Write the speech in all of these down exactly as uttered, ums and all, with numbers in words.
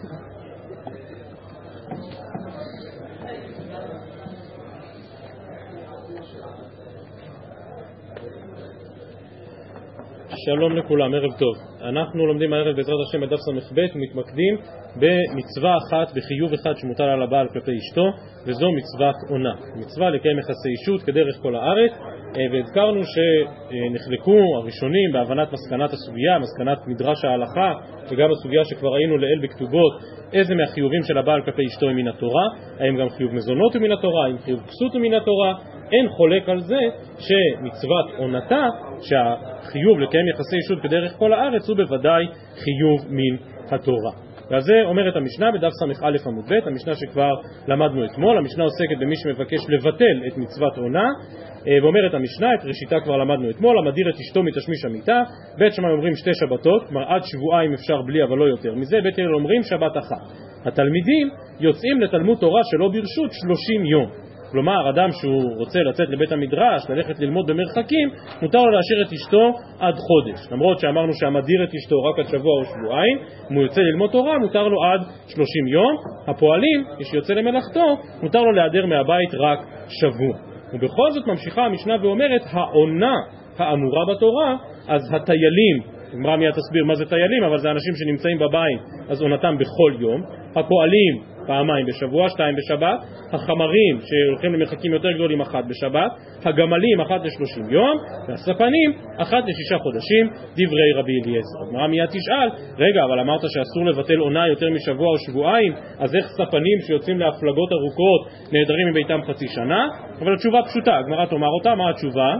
שלום לכולם, ערב טוב. אנחנו לומדים הערב בעזרת השם בדף ס"ב ומתמקדים במצווה אחת, בחיוב אחד שמוטל על הבעל כלפי אשתו, וזו מצוות עונה. מצווה לקיים יחסי אישות כדרך כל הארץ, והזכרנו שנחלקו הראשונים בהבנת מסקנת הסוגיה, מסקנת מדרש ההלכה, וגם הסוגיה שכבר ראינו לעיל בכתובות, איזה מהחיובים של הבעל כלפי אשתו הם מן התורה, האם גם חיוב מזונות הוא מן התורה, האם חיוב כסות הוא מן התורה. אין חולק על זה שמצוות עונתה, שהחיוב לקיים יחסי אישות כדרך כל הארץ, הוא בוודאי חיוב מן התורה. ועל זה אומרת המשנה בדף ס"א עמוד ב', המשנה שכבר למדנו אתמול. המשנה עוסקת במי שמבקש לבטל את מצוות עונה, ואומרת המשנה, את ראשיתה כבר למדנו אתמול, המדיר את אשתו מתשמיש המיטה. בית שמאי אומרים שתי שבתות, כלומר עד שבועיים אפשר בלי אבל לא יותר מזה. בית הלל אומרים שבת אחת. התלמידים יוצאים לתלמוד תורה שלא ברשות שלושים יום. כלומר, אדם שהוא רוצה לצאת לבית המדרש, ללכת ללמוד במרחקים, מותר לו להשאיר את אשתו עד חודש. למרות שאמרנו שהמדיר את אשתו רק עד שבוע או שבועיים, אם הוא יוצא ללמוד תורה, מותר לו עד שלושים יום. הפועלים, כשיוצא למלאכתו, מותר לו להיעדר מהבית רק שבוע. ובכל זאת ממשיכה המשנה ואומרת, העונה האמורה בתורה, אז הטיילים, אמרה מיד תסביר מה זה טיילים, אבל זה אנשים שנמצאים בבית, אז עונתם בכל יום. הפועלים, פעמיים בשבוע, שתיים בשבת. החמרים שהולכים למרחקים יותר גדולים, אחת בשבת. הגמלים, אחת לשלושים יום. והספנים, אחת לשישה חודשים. דברי רבי אליעזר. הגמרא מיד תשאל, רגע, אבל אמרת שאסור לבטל עונה יותר משבוע או שבועיים, אז איך ספנים שיוצאים להפלגות ארוכות נעדרים מביתם חצי שנה? אבל התשובה פשוטה, הגמרא תאמר אותה. מה התשובה?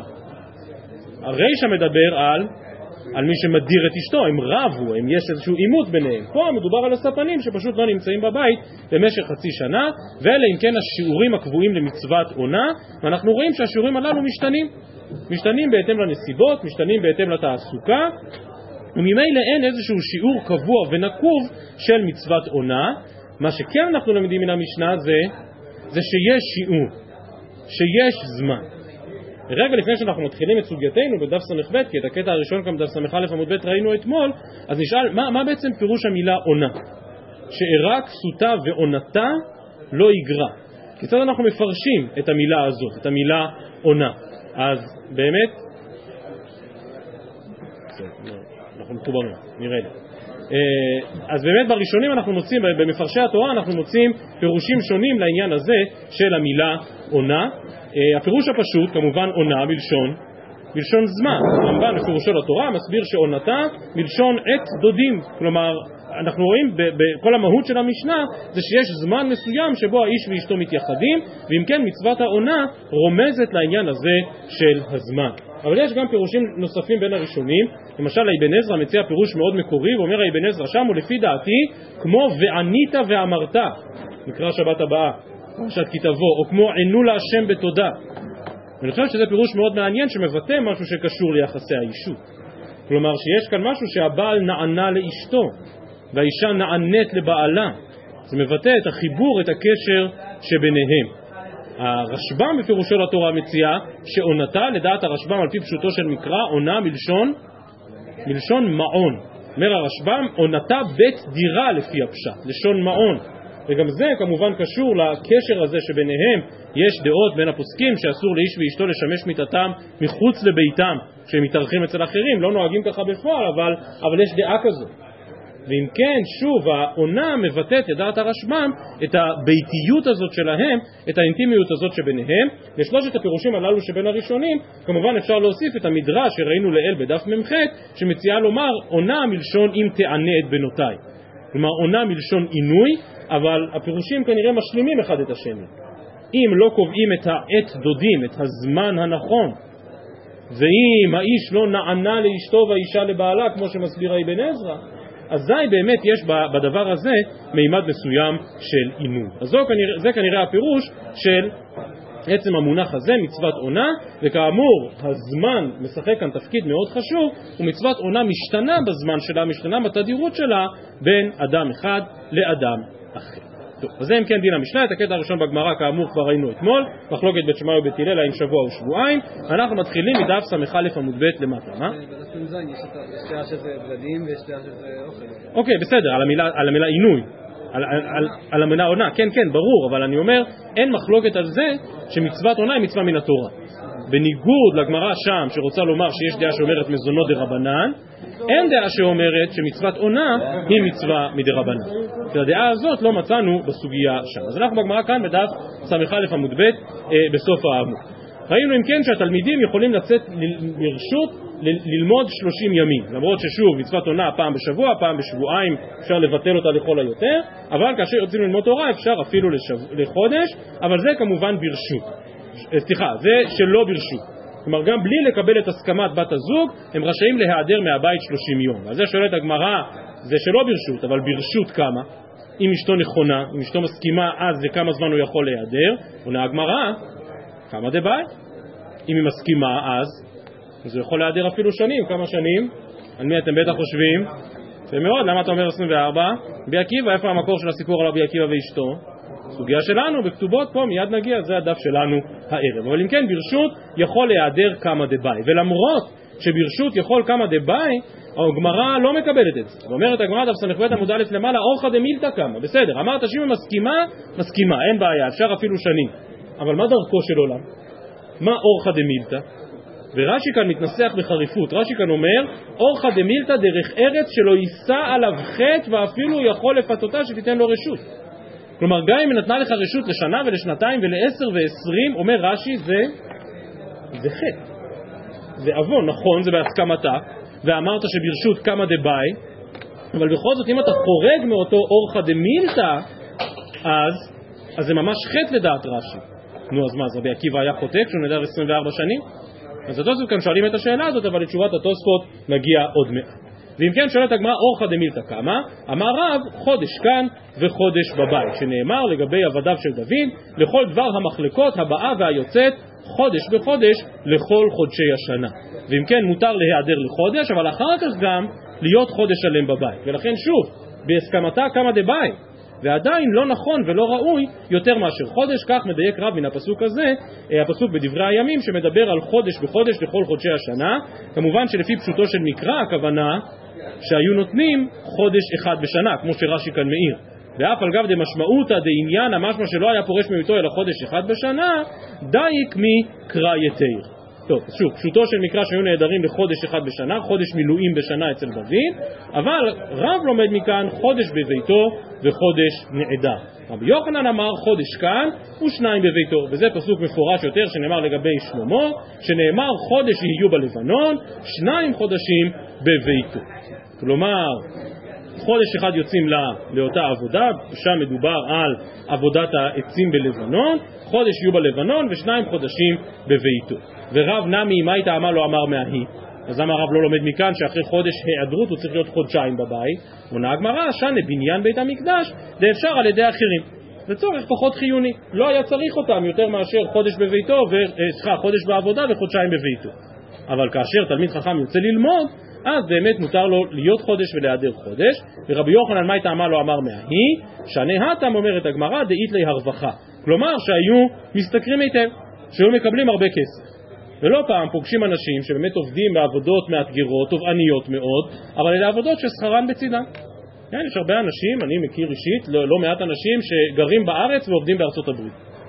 הרישא מדבר על על מי שמדיר את אשתו, הם רבו, הם יש איזשהו עימות ביניהם. פה מדובר על הספנים שפשוט לא נמצאים בבית במשך חצי שנה, ואלה אם כן השיעורים הקבועים למצוות עונה, ואנחנו רואים שהשיעורים הללו משתנים. משתנים בהתאם לנסיבות, משתנים בהתאם לתעסוקה, וממילא אין איזשהו שיעור קבוע ונקוב של מצוות עונה. מה שכן אנחנו למדים מן המשנה זה, זה שיש שיעור, שיש זמן. רגע לפני שאנחנו מתחילים את סוגייתנו בדף ס"ב, כי את הקטע הראשון כאן בדף ס"א עמוד ב' ראינו אתמול, אז נשאל, מה, מה בעצם פירוש המילה עונה? שאירע כסותה ועונתה לא יגרע. כיצד אנחנו מפרשים את המילה הזאת, את המילה עונה? אז באמת, אנחנו מחוברים, נראה לי. אז באמת בראשונים אנחנו מוצאים, במפרשי התורה אנחנו מוצאים פירושים שונים לעניין הזה של המילה עונה. הפירוש הפשוט כמובן עונה בלשון, בלשון זמן. הרמב"ן בפירושו לתורה מסביר שעונתה בלשון עת דודים. כלומר אנחנו רואים בכל המהות של המשנה זה שיש זמן מסוים שבו האיש ואשתו מתייחדים, ואם כן מצוות העונה רומזת לעניין הזה של הזמן. אבל יש גם פירושים נוספים בין הראשונים. למשל האבן עזרא מציע פירוש מאוד מקורי, ואומר האבן עזרא שם, ולפי דעתי כמו וענית ואמרת, נקרא שבת הבאה פרשת כי תבוא, או כמו ענו להשם בתודה. ואני חושב שזה פירוש מאוד מעניין שמבטא משהו שקשור ליחסי האישות. כלומר שיש כאן משהו שהבעל נענה לאשתו והאישה נענית לבעלה. זה מבטא את החיבור, את הקשר שביניהם. הרשב"ם בפירושו לתורה מציע שעונתה, לדעת הרשב"ם על פי פשוטו של מקרא, עונה מלשון מלשון מעון. אומר הרשב"ם עונתה בית דירה לפי הפשט, לשון מעון. וגם זה כמובן קשור לקשר הזה שביניהם. יש דעות בין הפוסקים שאסור לאיש ואשתו לשמש מיטתם מחוץ לביתם כשהם מתארחים אצל אחרים. לא נוהגים ככה בפועל, אבל, אבל יש דעה כזו. ואם כן, שוב, העונה מבטאת, לדעת הרשב"ם, את הביתיות הזאת שלהם, את האינטימיות הזאת שביניהם. לשלושת הפירושים הללו שבין הראשונים, כמובן אפשר להוסיף את המדרש שראינו לעיל בדף מ"ח, שמציעה לומר, עונה מלשון אם תענה את בנותיי. כלומר, עונה מלשון עינוי, אבל הפירושים כנראה משלימים אחד את השני. אם לא קובעים את העת דודים, את הזמן הנכון, ואם האיש לא נענה לאשתו והאישה לבעלה, כמו שמסביר האבן עזרא, אזי באמת יש בדבר הזה מימד מסוים של עינוי. אז זה כנראה, זה כנראה הפירוש של עצם המונח הזה, מצוות עונה. וכאמור, הזמן משחק כאן תפקיד מאוד חשוב, ומצוות עונה משתנה בזמן שלה, משתנה בתדירות שלה בין אדם אחד לאדם אחר. טוב, אז זה אם כן דין המשנה. את הקטע הראשון בגמרא כאמור כבר ראינו אתמול, מחלוקת בית שמאי ובית הלל האם שבוע או שבועיים. אנחנו מתחילים מדף ס"א עמוד ב' למטה. מה? בדף נ"ז יש דעה שזה בגדים ויש דעה שזה אוכל. אוקיי, בסדר, על המילה, על המילה עינוי. על, על, על, על המילה עונה, כן, כן, ברור, אבל אני אומר, אין מחלוקת על זה שמצוות עונה היא מצווה מן התורה. בניגוד לגמרא שם, שרוצה לומר שיש דעה שאומרת מזונות דרבנן, אין דעה שאומרת שמצוות עונה היא מצווה מדרבנן. כי הדעה הזאת לא מצאנו בסוגיה שם. אז אנחנו בגמרא כאן בדף ס"א עמוד ב' אה, בסוף העמוד. ראינו אם כן שהתלמידים יכולים לצאת לרשות ללמוד שלושים ימים, למרות ששוב מצוות עונה פעם בשבוע, פעם בשבועיים אפשר לבטל אותה לכל היותר, אבל כאשר יוצאים ללמוד תורה אפשר אפילו לשב... לחודש, אבל זה כמובן ברשות. סליחה, זה שלא ברשות. כלומר גם בלי לקבל את הסכמת בת הזוג הם רשאים להיעדר מהבית שלושים יום. אז זה שואלת הגמרא, זה שלא ברשות, אבל ברשות כמה? אם אשתו נכונה, אם אשתו מסכימה, אז וכמה זמן הוא יכול להיעדר? עונה הגמרא, כמה דבאי? אם היא מסכימה אז, אז הוא יכול להיעדר אפילו שנים. כמה שנים? על מי אתם בטח חושבים? ומאוד, למה אתה אומר עשרים וארבע? רבי עקיבא, איפה המקור של הסיפור על רבי עקיבא ואשתו? סוגיה שלנו, בכתובות פה, מיד נגיע, זה הדף שלנו הערב. אבל אם כן, ברשות יכול להיעדר כמה דבאי. ולמרות שברשות יכול כמה דבאי, הגמרא לא מקבלת את זה. ואומרת הגמרא, דף ס"ב עמוד א' למעלה, אורחא דמילתא כמה. בסדר, אמרת שאם היא מסכימה, מסכימה, אין בעיה, אפשר אפילו שנים. אבל מה דרכו של עולם? מה אורחא דמילתא? ורש"י כאן מתנסח בחריפות. רש"י כאן אומר, אורחא דמילתא דרך ארץ שלא יישא עליו חטא ואפילו יכול לפתותה שתיתן לו רשות. כלומר, גם אם נתנה לך רשות לשנה ולשנתיים ולעשר ועשרים, אומר רש"י, זה, זה חטא. זה עוון, נכון, זה בהסכמתה, ואמרת שברשות כמה דבאי, אבל בכל זאת, אם אתה חורג מאותו אורחא דמילתא, אז, אז זה ממש חטא לדעת רש"י. נו, אז מה, אז רבי עקיבא היה חוטא כשהוא נדר עשרים וארבע שנים? אז התוספות כאן שואלים את השאלה הזאת, אבל לתשובת התוספות נגיע עוד מעט. ואם כן שואלת הגמרא, אורחא דמילתא כמה? אמר רב, חודש כאן וחודש בבית, שנאמר לגבי עבדיו של דוד, לכל דבר המחלקות הבאה והיוצאת, חודש בחודש לכל חודשי השנה. ואם כן מותר להיעדר לחודש, אבל אחר כך גם להיות חודש שלם בבית. ולכן שוב, בהסכמתה כמה דבאי, ועדיין לא נכון ולא ראוי יותר מאשר חודש. כך מדייק רב מן הפסוק הזה, הפסוק בדברי הימים שמדבר על חודש בחודש לכל חודשי השנה. כמובן שלפי פשוטו של מקרא הכוונה שהיו נותנים חודש אחד בשנה, כמו שרש"י כאן מאיר. ואף על גב דמשמעותא דעניין המשמע שלא היה פורש מביתו אלא חודש אחד בשנה, דייק מקרא יתיר. טוב, שוב, פשוטו של מקרא שהיו נהדרים לחודש אחד בשנה, חודש מילואים בשנה אצל דוד, אבל רב לומד מכאן חודש בביתו וחודש נעדר. רבי יוחנן אמר חודש כאן ושניים בביתו, וזה פסוק מפורש יותר שנאמר לגבי שלמה, שנאמר חודש יהיו בלבנון, שניים חודשים בביתו. כלומר, חודש אחד יוצאים לה, לאותה עבודה, שם מדובר על עבודת העצים בלבנון, חודש יהיו בלבנון ושניים חודשים בביתו. ורב נמי, מה הייתה אמר לו אמר מההיא? אז למה הרב לא לומד מכאן שאחרי חודש היעדרות הוא צריך להיות חודשיים בבית? עונה הגמרא, שנה בניין בית המקדש, זה אפשר על ידי אחרים. זה צורך פחות חיוני, לא היה צריך אותם יותר מאשר חודש בביתו, וסליחה, חודש בעבודה וחודשיים בביתו. אבל כאשר תלמיד חכם יוצא ללמוד, אז באמת מותר לו להיות חודש ולהיעדר חודש. ורבי יוחנן, מה הייתה אמר לו אמר מההיא? שנה התם, אומרת הגמרא, דאית לי הרווחה. כלומר שהיו משתכרים היטב, שהיו מקבלים הרבה כסף. ולא פעם פוגשים אנשים שבאמת עובדים בעבודות מאתגרות, תובעניות מאוד, אבל אלה עבודות ששכרן בצדן. כן, יש הרבה אנשים, אני מכיר אישית, לא, לא מעט אנשים שגרים בארץ ועובדים בארצות הברית.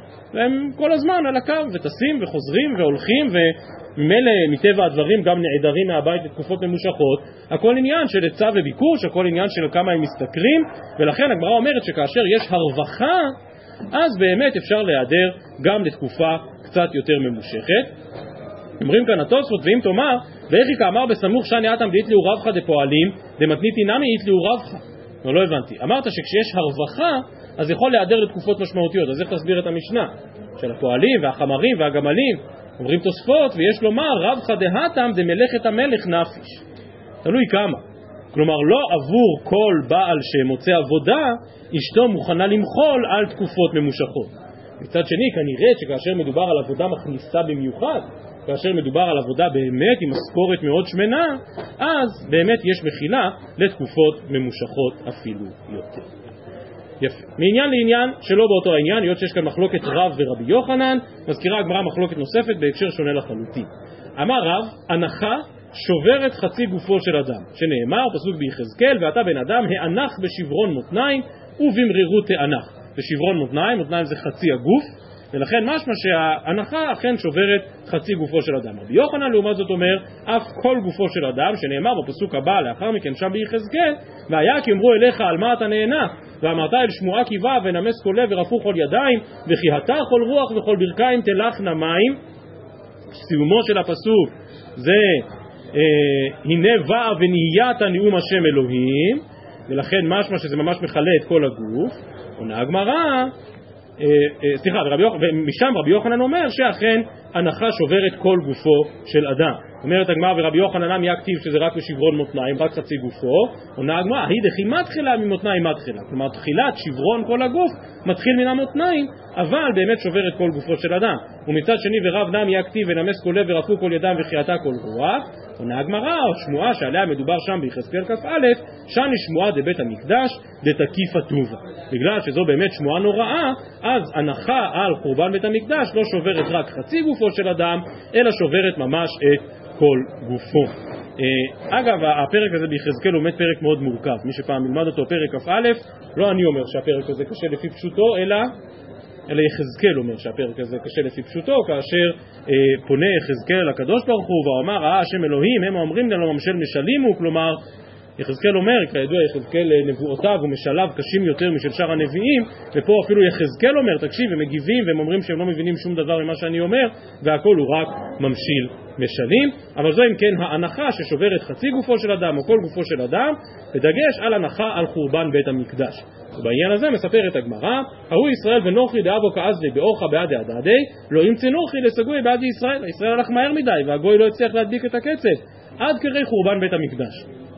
והם כל הזמן על הקו, וטסים וחוזרים והולכים, וממילא מטבע הדברים גם נעדרים מהבית לתקופות ממושכות. הכל עניין של היצע וביקוש, הכל עניין של כמה הם משתכרים, ולכן הגמרא אומרת שכאשר יש הרווחה, אז באמת אפשר להיעדר גם לתקופה קצת יותר ממושכת. אומרים כאן התוספות, ואם תאמר, ואיכי כאמר בסמוך שני אתם דאית לי ורבך דפועלים, דמתניתי נמי אית לי ורבך. לא, לא הבנתי. אמרת שכשיש הרווחה, אז יכול להיעדר לתקופות משמעותיות. אז איך תסביר את המשנה? של הפועלים והחמרים והגמלים. אומרים תוספות, ויש לומר, רבך דהתם דמלאכת המלך נפיש. תלוי כמה. כלומר, לא עבור כל בעל שמוצא עבודה, אשתו מוכנה למחול על תקופות ממושכות. מצד שני, כנראה שכאשר מדובר על עבודה מכניסה במיוחד, כאשר מדובר על עבודה באמת עם משכורת מאוד שמנה, אז באמת יש מחילה לתקופות ממושכות אפילו יותר. יפה. מעניין לעניין שלא באותו העניין, היות שיש כאן מחלוקת רב ורבי יוחנן, מזכירה הגמרא מחלוקת נוספת בהקשר שונה לחלוטין. אמר רב, הנחה שוברת חצי גופו של אדם, שנאמר, פסוק ביחזקאל, ואתה בן אדם הענך בשברון מותניים, ובמרירות תאנח. ושברון מותניים, מותניים זה חצי הגוף, ולכן משמע שההנחה אכן שוברת חצי גופו של אדם. רבי יוחנן לעומת זאת אומר, אף כל גופו של אדם, שנאמר בפסוק הבא לאחר מכן שם ביחזקאל, והיה כי אמרו אליך על מה אתה נהנה, ואמרת אל שמועה קיבה ונמס כל לב ורפו כל ידיים, וכי אתה כל רוח וכל ברכיים תלכנה מים. סיומו של הפסוק זה אה, הנה באה ונהיית נאום השם אלוהים, ולכן משמע שזה ממש מכלה את כל הגוף. עונה הגמרא, סליחה, ומשם רבי יוחנן אומר שאכן הנחה שוברת כל גופו של אדם. אומרת הגמרא, ורבי יוחנן למה יכתיב שזה רק בשברון מותניים, רק חצי גופו? עונה הגמרא, היא דכי מתחילה ממותניים מתחילה. כלומר, תחילת שברון כל הגוף מתחיל מן המותניים, אבל באמת שוברת כל גופו של אדם. ומצד שני ורב נם יכתיב ונמס כל לב ורפו כל ידם וחייתה כל רוח. עונה הגמרא, שמועה שעליה מדובר שם ביחזקאל כ"א, שני שמועה דבית המקדש דתקיפה טובה. בגלל שזו באמת שמועה נוראה, אז הנחה על חורבן בית המקדש לא שוברת רק חצי גופו של אדם, אלא שוברת ממש את כל גופו. אגב, הפרק הזה ביחזקאל הוא באמת פרק מאוד מורכב. מי שפעם ילמד אותו פרק כ"א, לא אני אומר שהפרק הזה קשה לפי פשוטו, אלא אלא יחזקאל אומר שהפרק הזה קשה לפי פשוטו, כאשר אה, פונה יחזקאל לקדוש ברוך הוא ואומר, ראה השם אלוהים, הם אומרים לנו ממשל משלימו, כלומר יחזקאל אומר, כידוע יחזקאל נבואותיו ומשליו קשים יותר משל שאר הנביאים, ופה אפילו יחזקאל אומר, תקשיב, הם מגיבים והם אומרים שהם לא מבינים שום דבר ממה שאני אומר, והכל הוא רק ממשיל משלים. אבל זו אם כן ההנחה ששוברת חצי גופו של אדם או כל גופו של אדם, בדגש על הנחה על חורבן בית המקדש. ובעניין הזה מספרת הגמרא, ההוא ישראל ונוכרי דאבו כאזלי באורחה בעדי הדדי, לא ימצא נוכרי לסגוי בעדי ישראל. ישראל הלך מהר מדי והגוי לא הצליח להדביק את הקצב עד כדי חורבן בית המקדש.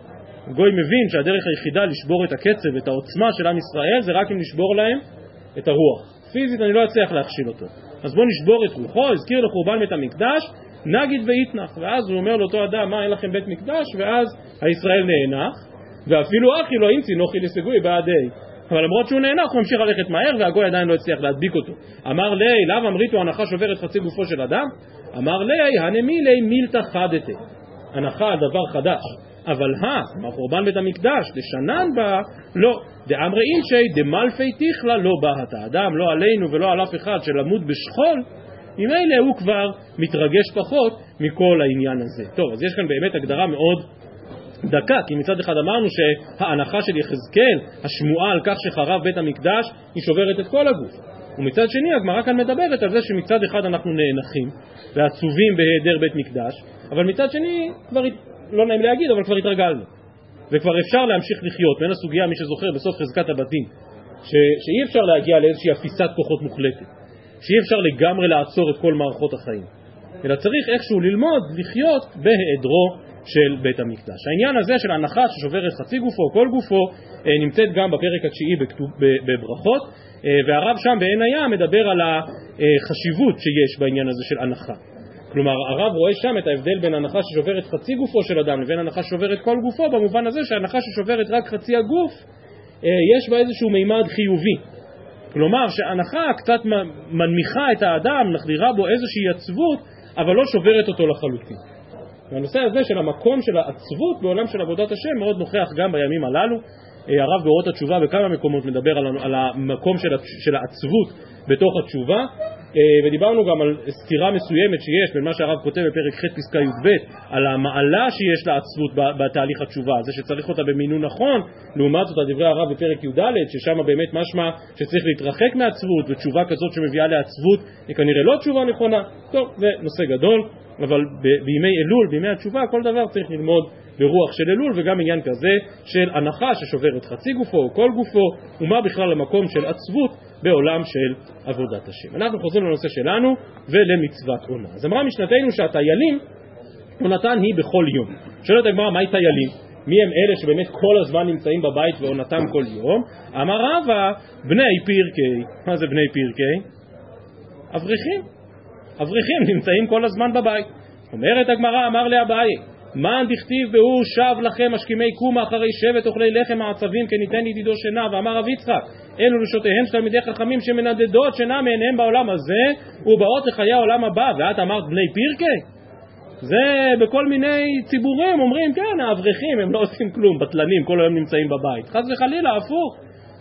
גוי מבין שהדרך היחידה לשבור את הקצב ואת העוצמה של עם ישראל זה רק אם נשבור להם את הרוח. פיזית אני לא אצליח להכשיל אותו. אז בוא נשבור את רוחו, הזכיר לחורבן בית המקדש, נגיד ויתנח. ואז הוא אומר לאותו אדם, מה אין לכם בית מקדש? ואז הישראל נאנח, ואפילו אחי לא ימצא נוכרי לסגוי בעדי. אבל למרות שהוא נאנח הוא ממשיך ללכת מהר והגוי עדיין לא הצליח להדביק אותו. אמר לי, לאו אמריתו הנחה שוברת חצי גופו של אדם? אמר לי, הנמילי מילתא חדתי. הנחה על דבר חדש. אבל הא, חורבן בית המקדש, לשנן בה, לא. דאמרי אינשי, דמלפי תיכלה, לא בא את האדם, לא עלינו ולא על אף אחד שלמות בשכול, ממילא הוא כבר מתרגש פחות מכל העניין הזה. טוב, אז יש כאן באמת הגדרה מאוד דקה, כי מצד אחד אמרנו שההנחה של יחזקאל, השמועה על כך שחרב בית המקדש, היא שוברת את כל הגוף. ומצד שני, הגמרא כאן מדברת על זה שמצד אחד אנחנו נאנחים ועצובים בהיעדר בית מקדש, אבל מצד שני, כבר, לא נעים להגיד, אבל כבר התרגלנו. וכבר אפשר להמשיך לחיות. בין הסוגיה, מי שזוכר בסוף חזקת הבתים, ש, שאי אפשר להגיע לאיזושהי אפיסת כוחות מוחלטת, שאי אפשר לגמרי לעצור את כל מערכות החיים, אלא צריך איכשהו ללמוד לחיות בהיעדרו של בית המקדש. העניין הזה של ההנחה ששוברת חצי גופו או כל גופו נמצאת גם בפרק התשיעי בברכות, והרב שם בעין הים מדבר על החשיבות שיש בעניין הזה של הנחה. כלומר, הרב רואה שם את ההבדל בין הנחה ששוברת חצי גופו של אדם לבין הנחה ששוברת כל גופו, במובן הזה שההנחה ששוברת רק חצי הגוף יש בה איזשהו מימד חיובי. כלומר, שההנחה קצת מנמיכה את האדם, נחדירה בו איזושהי עצבות, אבל לא שוברת אותו לחלוטין. והנושא הזה של המקום של העצבות בעולם של עבודת השם מאוד נוכח גם בימים הללו. הרב באורות התשובה בכמה מקומות מדבר על, על המקום של, של העצבות בתוך התשובה, ודיברנו גם על סתירה מסוימת שיש בין מה שהרב כותב בפרק ח' פסקה י"ב על המעלה שיש לעצבות בתהליך התשובה, זה שצריך אותה במינון נכון, לעומת זאת דברי הרב בפרק י"ד ששם באמת משמע שצריך להתרחק מעצבות, ותשובה כזאת שמביאה לעצבות היא כנראה לא תשובה נכונה. טוב, זה נושא גדול, אבל בימי אלול, בימי התשובה, כל דבר צריך ללמוד ברוח של אלול, וגם עניין כזה של הנחה ששוברת חצי גופו או כל גופו, ומה בכלל המקום של עצבות בעולם של עבודת השם. אנחנו חוזרים לנושא שלנו ולמצוות עונה. אז אמרה משנתנו שהטיילים עונתן היא בכל יום. שואלת הגמרא, מהי טיילים? מי הם אלה שבאמת כל הזמן נמצאים בבית ועונתם כל יום? אמר רבא, בני פירקי. מה זה בני פירקי? אברכים. אברכים נמצאים כל הזמן בבית. אומרת הגמרא, אמר לאביי, מן דכתיב בהו שב לכם משכימי קומה אחרי שבט אוכלי לחם העצבים כניתן ידידו שינה. ואמר רב יצחק, אלו לשותיהם של תלמידי חכמים שמנדדות שינה מעיניהם בעולם הזה ובאות לחיי העולם הבא. ואת אמרת בני פירקי? זה בכל מיני ציבורים אומרים, כן, האברכים הם לא עושים כלום, בטלנים כל היום נמצאים בבית. חס וחלילה, הפוך.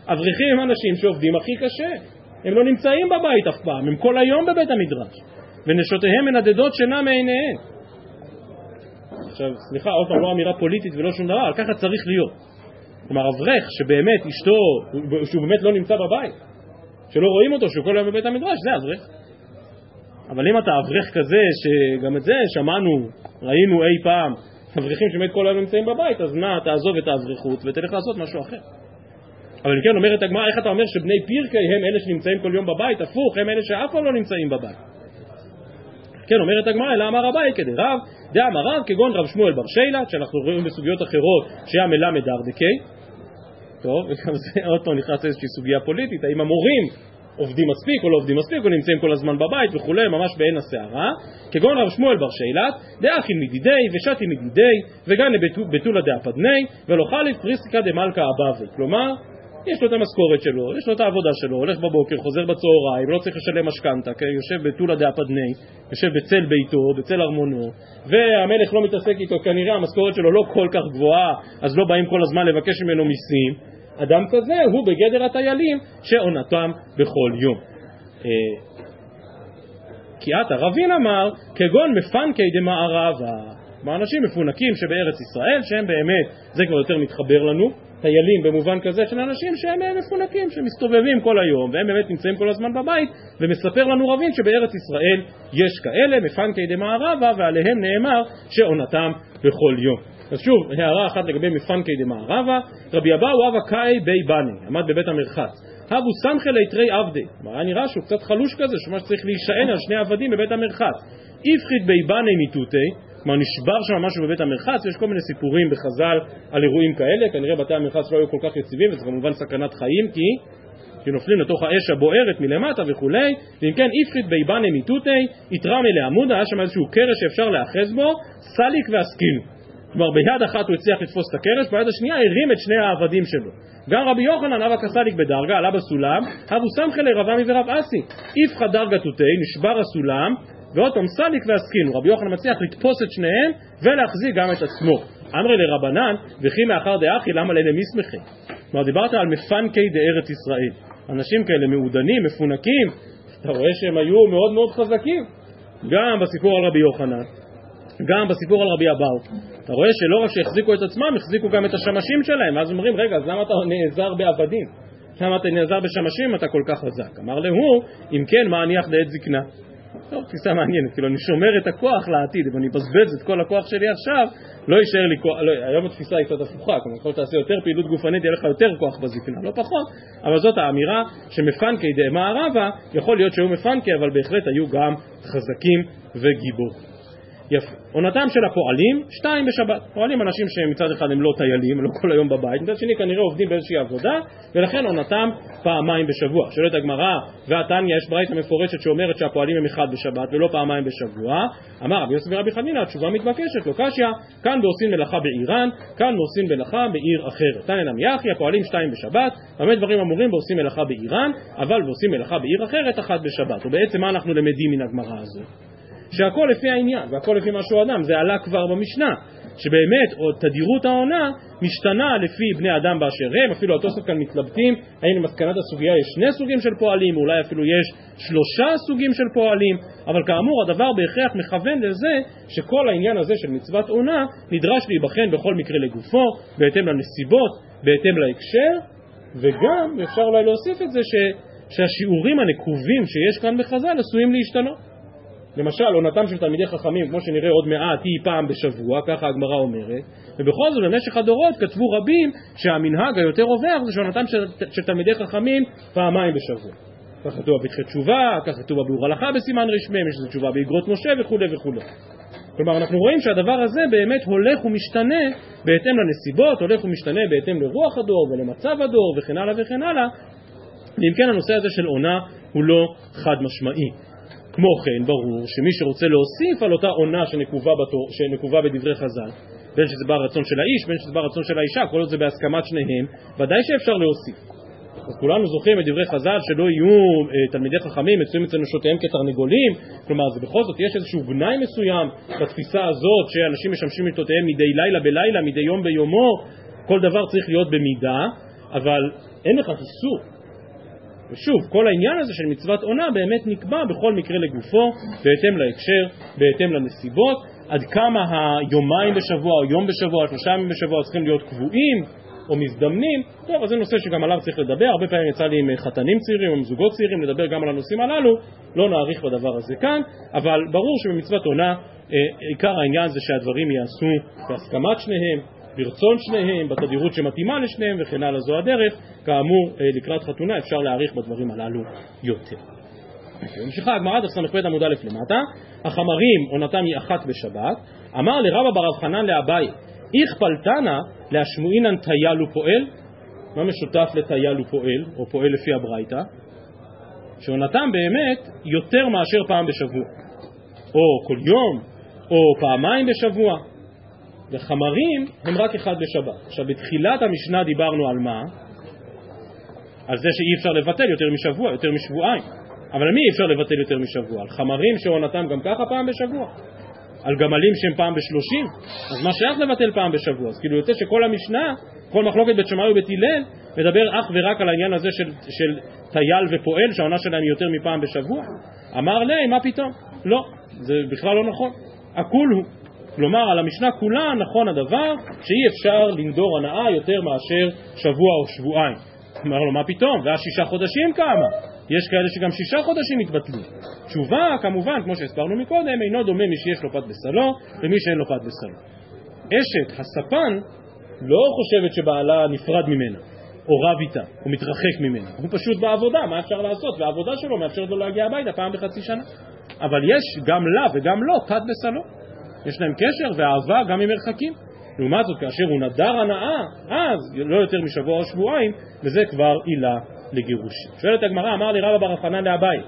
אברכים הם אנשים שעובדים הכי קשה, הם לא נמצאים בבית אף פעם, הם כל היום בבית המדרש, ונשותיהם מנדדות שינה מעיניהם. עכשיו, סליחה, עוד פעם, לא אמירה פוליטית ולא שום דבר, ככה צריך להיות. כלומר, אברך שבאמת אשתו, שהוא באמת לא נמצא בבית, שלא רואים אותו, שהוא כל היום בבית המדרש, זה אברך. אבל אם אתה אברך כזה, שגם את זה שמענו, ראינו אי פעם, אברכים שבאמת כל היום נמצאים בבית, אז נע, תעזוב את האברכות ותלך לעשות משהו אחר. אבל כן, אומרת הגמרא, איך אתה אומר שבני פירקי הם אלה שנמצאים כל יום בבית? הפוך, הם אלה שאף פעם לא נמצאים בבית. כן, אומרת הגמרא, אלא אמר רבי כדי רב, דאמר רב כגון רב שמואל בר שילת, שאנחנו רואים בסוגיות אחרות שהיה מלמד דרדקי. טוב, וגם זה עוד פעם נכנס לאיזושהי סוגיה פוליטית, האם המורים עובדים מספיק או לא עובדים מספיק, או נמצאים כל הזמן בבית וכולי, ממש בעין הסערה. כגון רב שמואל בר שילת, דאכיל מדידי ושתי מדידי, וגם בתולה דאפדני, ולא חליף פריסטיקה דמלכה אבאבי. כלומר, יש לו את המשכורת שלו, יש לו את העבודה שלו, הולך בבוקר, חוזר בצהריים, לא צריך לשלם משכנתה, יושב בתולה דאפדני, יושב בצל ביתו, בצל ארמונו, והמלך לא מתעסק איתו, כנראה המשכורת שלו לא כל כך גבוהה, אז לא באים כל הזמן לבקש ממנו מיסים. אדם כזה הוא בגדר הטיילים שעונתם בכל יום. כי עת הרבין אמר, כגון מפנקי דמערבה, האנשים מפונקים שבארץ ישראל, שהם באמת, זה כבר יותר מתחבר לנו, טיילים במובן כזה של אנשים שהם מפונקים, שמסתובבים כל היום, והם באמת נמצאים כל הזמן בבית, ומספר לנו רבין שבארץ ישראל יש כאלה, מפנקי דמערבה, ועליהם נאמר שעונתם בכל יום. אז שוב, הערה אחת לגבי מפנקי דמערבה, רבי אבאו אבא קאי בי בני, עמד בבית המרחץ, הבו סמכה ליתרי עבדי, היה נראה שהוא קצת חלוש כזה, שממש צריך להישען על שני עבדים בבית המרחץ, איפחית בי בני מיטוטי, כלומר נשבר שם משהו בבית המרחץ, יש כל מיני סיפורים בחז"ל על אירועים כאלה, כנראה בתי המרחץ לא היו כל כך יציבים, וזה כמובן סכנת חיים, כי שנופלים לתוך האש הבוערת מלמטה וכולי, ואם כן איפחית בי בני מיטוטי, יתרם אלי עמודה, היה שם איזשהו קרש שאפשר לאחז בו, סליק והסכין. כלומר ביד אחת הוא הצליח לתפוס את הקרש, ביד השנייה הרים את שני העבדים שלו. גם רבי יוחנן אבא כסליק בדרגה, עלה בסולם, אבו סמכה לרבמי ורב אסי, איפחא דרגה תותי, נשבר הסולם, ועוד פעם סליק והסכין, רבי יוחנן מצליח לתפוס את שניהם ולהחזיק גם את עצמו. אמרי לרבנן, וכי מאחר דאחי למה להם מסמכים. כלומר דיברת על מפנקי דארץ ישראל, אנשים כאלה מעודנים, מפונקים, אתה רואה שהם היו מאוד מאוד חזקים, גם בסיפור על רבי יוחנן, גם בסיפור על רבי אבאו. אתה רואה שלא רק שהחזיקו את עצמם, החזיקו גם את השמשים שלהם. אז אומרים, רגע, אז למה אתה נעזר בעבדים? למה אתה נעזר בשמשים, אתה כל כך חזק? אמר להו, אם כן, מה אניח לעת זקנה? טוב, תפיסה מעניינת, כאילו אני שומר את הכוח לעתיד, אם אני מבזבז את כל הכוח שלי עכשיו, לא יישאר לי כוח, לא, היום התפיסה היא קצת הפוכה, כלומר, יכול שתעשה יותר פעילות גופנית, יהיה לך יותר כוח בזקנה, לא פחות, אבל זאת האמירה שמפנקי דמערבה, יכול להיות שהיו מפנקי, אבל בהחלט היו גם חזקים וגיבור. יפה. עונתם של הפועלים, שתיים בשבת. פועלים אנשים שמצד אחד הם לא טיילים, לא כל היום בבית, מצד שני כנראה עובדים באיזושהי עבודה, ולכן עונתם פעמיים בשבוע. שואלת הגמרא, והתניא יש ברייתא מפורשת שאומרת שהפועלים הם אחד בשבת ולא פעמיים בשבוע. אמר רבי יוסף ורבי חנינא, התשובה מתבקשת, לא קשיא, כאן בעושים מלאכה באיראן, כאן בעושים מלאכה בעיר אחרת. תניא נמי אחי, הפועלים שתיים בשבת, באמת דברים אמורים בעושים מלאכה באיראן, אבל בעושים מלאכה בעיר אחרת אחת בשבת. ובעצם מה אנחנו למדים מן הגמרא הזו? שהכל לפי העניין, והכל לפי משהו אדם, זה עלה כבר במשנה, שבאמת עוד תדירות העונה משתנה לפי בני אדם באשר הם, אפילו התוספות כאן מתלבטים, האם למסקנת הסוגיה יש שני סוגים של פועלים, אולי אפילו יש שלושה סוגים של פועלים, אבל כאמור הדבר בהכרח מכוון לזה שכל העניין הזה של מצוות עונה נדרש להיבחן בכל מקרה לגופו, בהתאם לנסיבות, בהתאם להקשר, וגם אפשר אולי להוסיף את זה ש... שהשיעורים הנקובים שיש כאן בחז"ל עשויים להשתנות. למשל, עונתם של תלמידי חכמים, כמו שנראה עוד מעט, היא פעם בשבוע, ככה הגמרא אומרת, ובכל זאת במשך הדורות כתבו רבים שהמנהג היותר רווח זה שעונתם של, של תלמידי חכמים פעמיים בשבוע. כך כתוב בפתחי תשובה, כך כתוב בביאור הלכה בסימן רשמי, יש לזה תשובה באגרות משה וכו' וכו'. כלומר, אנחנו רואים שהדבר הזה באמת הולך ומשתנה בהתאם לנסיבות, הולך ומשתנה בהתאם לרוח הדור ולמצב הדור וכן הלאה וכן הלאה, ואם כן הנושא הזה של עונה הוא לא חד משמעי. כמו כן, ברור שמי שרוצה להוסיף על אותה עונה שנקובה, בתור, שנקובה בדברי חז"ל, בין שזה בא רצון של האיש, בין שזה בא רצון של האישה, כל עוד זה בהסכמת שניהם, ודאי שאפשר להוסיף. אז כולנו זוכרים את דברי חז"ל שלא יהיו אה, תלמידי חכמים מצויים אצל נשותיהם כתרנגולים, כלומר זה בכל זאת יש איזשהו גנאי מסוים בתפיסה הזאת שאנשים משמשים נשותיהם מדי לילה בלילה, מדי יום ביומו, כל דבר צריך להיות במידה, אבל אין לך איסור. ושוב, כל העניין הזה של מצוות עונה באמת נקבע בכל מקרה לגופו, בהתאם להקשר, בהתאם לנסיבות, עד כמה היומיים בשבוע או יום בשבוע או שלושה ימים בשבוע צריכים להיות קבועים או מזדמנים. טוב, אז זה נושא שגם עליו צריך לדבר. הרבה פעמים יצא לי עם חתנים צעירים או זוגות צעירים לדבר גם על הנושאים הללו, לא נאריך בדבר הזה כאן, אבל ברור שבמצוות עונה עיקר העניין זה שהדברים יעשו בהסכמת שניהם, ברצון שניהם, בתדירות שמתאימה לשניהם וכן הלאה. זו הדרך. כאמור, לקראת חתונה אפשר להאריך בדברים הללו יותר. ממשיכה הגמרא דף ס"ב עמוד א' למטה, החמרים עונתם היא אחת בשבת. אמר לרבא בר רב חנן לאביי, איך פלטנה להשמועינן טייל ופועל? מה משותף לטייל ופועל, או פועל לפי הברייתא? שעונתם באמת יותר מאשר פעם בשבוע, או כל יום, או פעמיים בשבוע. וחמרים הם רק אחד בשבת. עכשיו, בתחילת המשנה דיברנו על מה? על זה שאי אפשר לבטל יותר משבוע, יותר משבועיים. אבל מי אי אפשר לבטל יותר משבוע? על חמרים שעונתם גם ככה פעם בשבוע? על גמלים שהם פעם בשלושים? אז מה שייך לבטל פעם בשבוע? אז כאילו יוצא שכל המשנה, כל מחלוקת בית שמאי ובית הלל, מדבר אך ורק על העניין הזה של, של טייל ופועל, שהעונה שלהם היא יותר מפעם בשבוע. אמר לי, מה פתאום? לא, זה בכלל לא נכון. הכול הוא. כלומר, על המשנה כולה נכון הדבר שאי אפשר לנדור הנאה יותר מאשר שבוע או שבועיים. אמר לו, מה פתאום? ואז שישה חודשים כמה? יש כאלה שגם שישה חודשים מתבטלים. תשובה, כמובן, כמו שהסברנו מקודם, אינו דומה מי שיש לו פת בסלו ומי שאין לו פת בסלו. אשת הספן לא חושבת שבעלה נפרד ממנה, או רב איתה, או מתרחק ממנה. הוא פשוט בעבודה, מה אפשר לעשות? והעבודה שלו מאפשרת לו להגיע הביתה פעם בחצי שנה. אבל יש גם לה וגם לו פת בסלו. יש להם קשר ואהבה גם ממרחקים. לעומת זאת, כאשר הוא נדר הנאה, אז לא יותר משבוע או שבועיים, וזה כבר עילה לגירושים. שואלת הגמרא, אמר לי רבא בר רב חנן לאביי,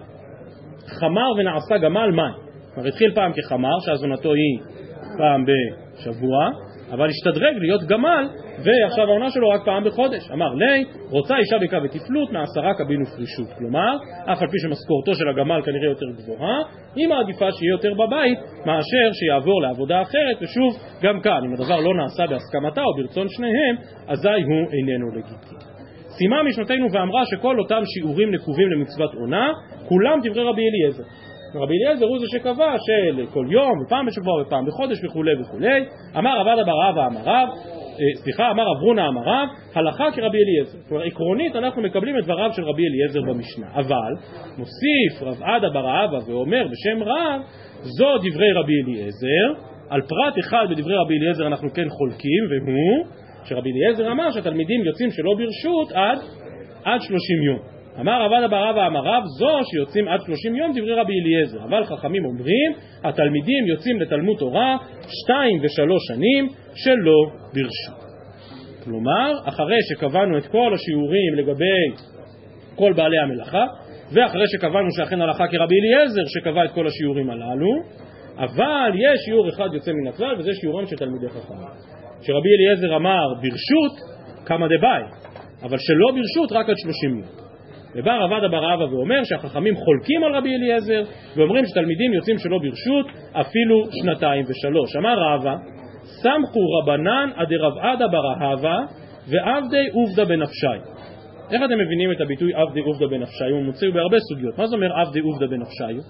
חמר ונעשה גמל מים. כלומר, התחיל פעם כחמר, שהזונתו היא פעם בשבוע, אבל השתדרג להיות גמל, ועכשיו העונה שלו רק פעם בחודש. אמר לי, רוצה אישה ביקה ותפלות, מעשרה קבין ופרישות. כלומר, אף על פי שמשכורתו של הגמל כנראה יותר גבוהה, היא מעדיפה שיהיה יותר בבית, מאשר שיעבור לעבודה אחרת. ושוב, גם כאן, אם הדבר לא נעשה בהסכמתה או ברצון שניהם, אזי הוא איננו לגיטימי. סיימה משנתנו ואמרה שכל אותם שיעורים נקובים למצוות עונה, כולם דברי רבי אליעזר. רבי אליעזר הוא זה שקבע של כל יום, ופעם בשבוע ופעם בחודש וכו' וכו'. אמר רבא בר אבא אמר רב, סליחה, אמר רב הונא אמר רב, הלכה כרבי אליעזר. כלומר, עקרונית אנחנו מקבלים את דבריו של רבי אליעזר במשנה. אבל מוסיף רב עדה בר אבא ואומר בשם רב, זו דברי רבי אליעזר. על פרט אחד בדברי רבי אליעזר אנחנו כן חולקים, והוא שרבי אליעזר אמר שהתלמידים יוצאים שלא ברשות עד עד שלושים יום. אמר רב עדה בר אבא אמר רב, זו שיוצאים עד שלושים יום דברי רבי אליעזר. אבל חכמים אומרים, התלמידים יוצאים לתלמוד תורה שתיים ושלוש שנים שלא ברשות. כלומר, אחרי שקבענו את כל השיעורים לגבי כל בעלי המלאכה, ואחרי שקבענו שאכן הלכה כרבי אליעזר שקבע את כל השיעורים הללו, אבל יש שיעור אחד יוצא מן הכלל, וזה שיעורם של תלמידי חכמים. שרבי אליעזר אמר ברשות כמה דבעי, אבל שלא ברשות רק עד שלושים יום. ובא רב עדה בר אבא ואומר שהחכמים חולקים על רבי אליעזר ואומרים שתלמידים יוצאים שלא ברשות אפילו שנתיים ושלוש. אמר רבא, סמכו רבנן עד רב עדה בר אהבה ועבדי עובדא בנפשי. איך אתם מבינים את הביטוי עבדי עובדא בנפשי? הוא מוציא בהרבה סוגיות. מה זה אומר עבדי עובדא בנפשי?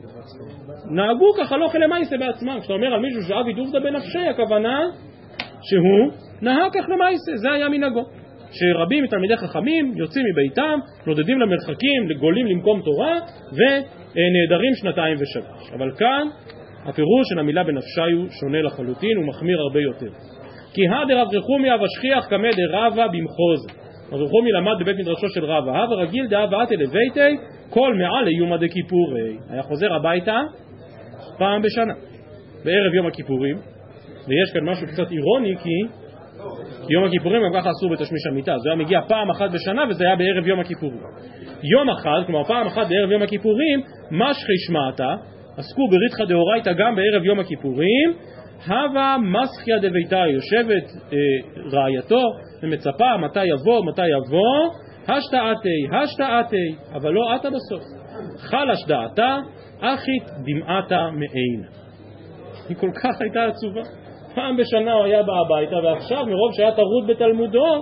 נהגו ככה לא למעשה בעצמם. כשאתה אומר על מישהו שעבדי עובדא בנפשי, הכוונה שהוא נהג כך למעשה, זה היה מנהגו. שרבים מתלמידי חכמים יוצאים מביתם, נודדים למרחקים, לגולים למקום תורה, ונעדרים שנתיים ושלוש. אבל כאן הפירוש של המילה בנפשי הוא שונה לחלוטין, הוא מחמיר הרבה יותר. כי הדר רב רחומי אבשכיח כמד רבא במחוז. רב רחומי למד בבית מדרשו של רבא, הווה רגיל דאבה אתי לביתי, כל מעל ליומא דכיפורי. היה חוזר הביתה פעם בשנה, בערב יום הכיפורים, ויש כאן משהו קצת אירוני, כי כי יום הכיפורים גם ככה אסור בתשמיש המיטה. זה היה מגיע פעם אחת בשנה וזה היה בערב יום הכיפורים. יום אחד, כלומר פעם אחת בערב יום הכיפורים, משכי שמעתה, עסקו בריתחא דאורייתא גם בערב יום הכיפורים, הווה מסחיה דביתה, יושבת אה, רעייתו ומצפה מתי יבוא, מתי יבוא, השתעתי, השתעתי, אבל לא עתה בסוף. חלש דעתה, אחית דמעתה מעינה. היא כל כך הייתה עצובה. פעם בשנה הוא היה בא הביתה, ועכשיו מרוב שהיה טרוד בתלמודו,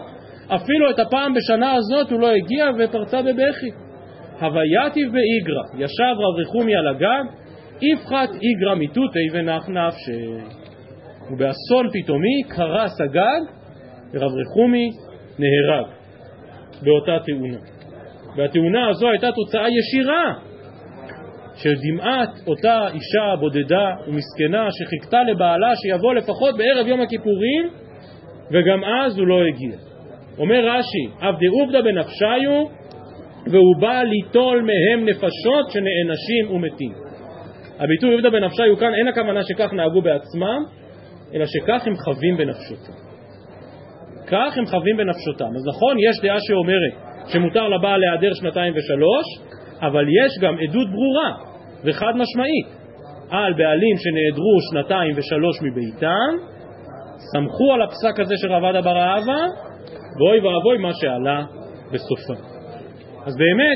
אפילו את הפעם בשנה הזאת הוא לא הגיע ופרצה בבכי. הוויתיב באיגרא, ישב רב רחומי על הגג, יפחת איגרא מיתותי ונח נפשי. ובאסון פתאומי קרס הגג ורב רחומי נהרג באותה תאונה. והתאונה הזו הייתה תוצאה ישירה של דמעת אותה אישה בודדה ומסכנה שחיכתה לבעלה שיבוא לפחות בערב יום הכיפורים, וגם אז הוא לא הגיע. אומר רש"י, עבדי עובדא בנפשיו, והוא בא ליטול מהם נפשות שנאנשים ומתים. הביטוי עובדא בנפשיו כאן אין הכוונה שכך נהגו בעצמם, אלא שכך הם חווים בנפשותם. כך הם חווים בנפשותם. אז נכון, יש דעה שאומרת שמותר לבעל להיעדר שנתיים ושלוש, אבל יש גם עדות ברורה וחד משמעית על בעלים שנעדרו שנתיים ושלוש מביתם, סמכו על הפסק הזה של רב עדה בר אהבה, ואוי ואבוי מה שעלה בסופה. אז באמת,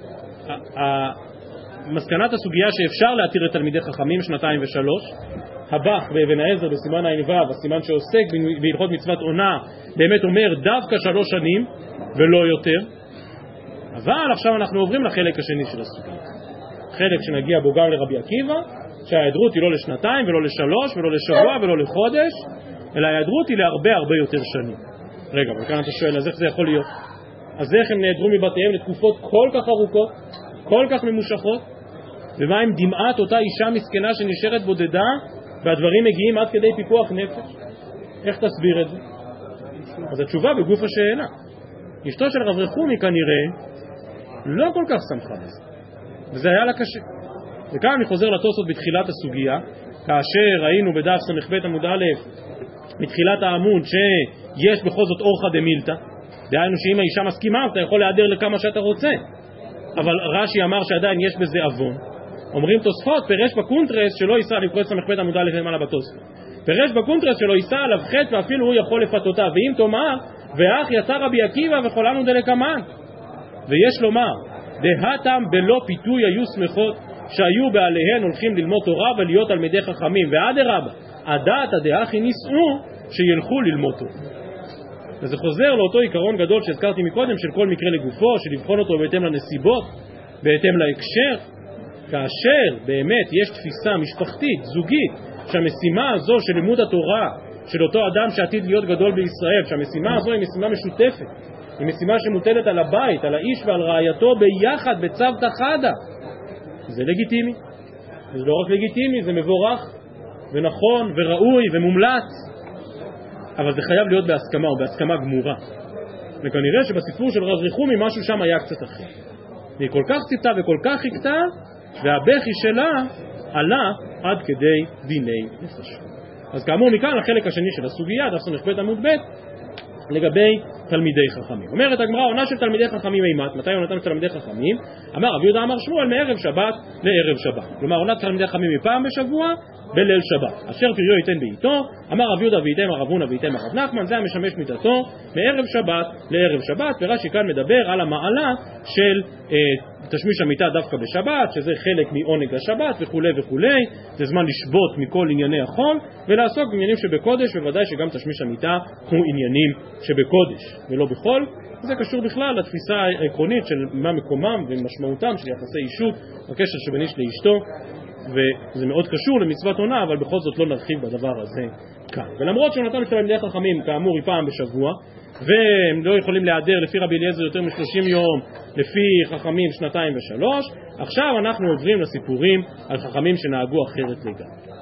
מסקנת הסוגיה שאפשר להתיר את תלמידי חכמים שנתיים ושלוש, הבח באבן העזר בסימן הע"ו, הסימן שעוסק בהלכות מצוות עונה, באמת אומר דווקא שלוש שנים ולא יותר. אבל עכשיו אנחנו עוברים לחלק השני של הסוגיה, חלק שנגיע בו גם לרבי עקיבא, שההיעדרות היא לא לשנתיים ולא לשלוש ולא לשבוע ולא לחודש, אלא ההיעדרות היא להרבה הרבה יותר שנים. רגע, וכאן אתה שואל, אז איך זה יכול להיות? אז איך הם נעדרו מבתיהם לתקופות כל כך ארוכות, כל כך ממושכות? ומה עם דמעת אותה אישה מסכנה שנשארת בודדה והדברים מגיעים עד כדי פיקוח נפש? איך תסביר את זה? אז התשובה בגוף השאלה. אשתו של רב רחומי כנראה לא כל כך שמחה בזה, וזה היה לה קשה. וכאן אני חוזר לתוספות בתחילת הסוגיה, כאשר ראינו בדף ס"ב עמוד א' מתחילת העמוד שיש בכל זאת אורחא דמילתא, דהיינו שאם האישה מסכימה אתה יכול להיעדר לכמה שאתה רוצה, אבל רש"י אמר שעדיין יש בזה אבון. אומרים תוספות, פירש בקונטרס שלא יישא, אני קורא ס"ב עמוד א' למעלה בתוספות, פירש בקונטרס שלא יישא עליו חטא ואפילו הוא יכול לפתותה. ואם תאמר ואח יצא רבי עקיבא וכולנו דלקמן, ויש לומר דהתם בלא פיתוי היו שמחות שהיו בעליהן הולכים ללמוד תורה ולהיות תלמידי חכמים, ואדרבה הדעת הדאחי נישאו שילכו ללמוד תורה. וזה חוזר לאותו עיקרון גדול שהזכרתי מקודם, של כל מקרה לגופו, של לבחון אותו בהתאם לנסיבות, בהתאם להקשר. כאשר באמת יש תפיסה משפחתית, זוגית, שהמשימה הזו של לימוד התורה של אותו אדם שעתיד להיות גדול בישראל, שהמשימה הזו היא משימה משותפת, היא משימה שמוטלת על הבית, על האיש ועל רעייתו ביחד בצוותא חדא, זה לגיטימי. זה לא רק לגיטימי, זה מבורך ונכון וראוי ומומלץ, אבל זה חייב להיות בהסכמה, או בהסכמה גמורה. וכנראה שבסיפור של רב רחומי משהו שם היה קצת אחר. והיא כל כך ציפתה וכל כך חיכתה, והבכי שלה עלה עד כדי דיני נפשות. אז כאמור מכאן לחלק השני של הסוגיה, דף ס"ב עמוד ב', לגבי תלמידי חכמים. אומרת הגמרא, עונה של תלמידי חכמים אימת, מתי עונתם של תלמידי חכמים? אמר רב יהודה אמר שמואל, מערב שבת לערב שבת. כלומר עונת תלמידי חכמים מפעם בשבוע בליל שבת. אשר פריו ייתן בעיתו, אמר רב יהודה וייתם הרב הונא וייתם הרב נחמן, זה המשמש מיתתו מערב שבת לערב שבת. ורש"י כאן מדבר על המעלה של אה, תשמיש המיטה דווקא בשבת, שזה חלק מעונג השבת וכו' וכו'. זה זמן לשבות מכל ענייני החול ולעסוק בעניינים שבקודש, ובוודאי שגם תשמיש המיטה הוא עניינים שבקודש ולא בחול. זה קשור בכלל לתפיסה העקרונית של מה מקומם ומשמעותם של יחסי אישות, הקשר שבין איש לאשתו, וזה מאוד קשור למצוות עונה, אבל בכל זאת לא נרחיב בדבר הזה כאן. ולמרות שנתנו של תלמידי חכמים כאמור היא פעם בשבוע, והם לא יכולים להיעדר לפי רבי אליעזר יותר משלושים יום, לפי חכמים שנתיים ושלוש, עכשיו אנחנו עוברים לסיפורים על חכמים שנהגו אחרת לגמרי.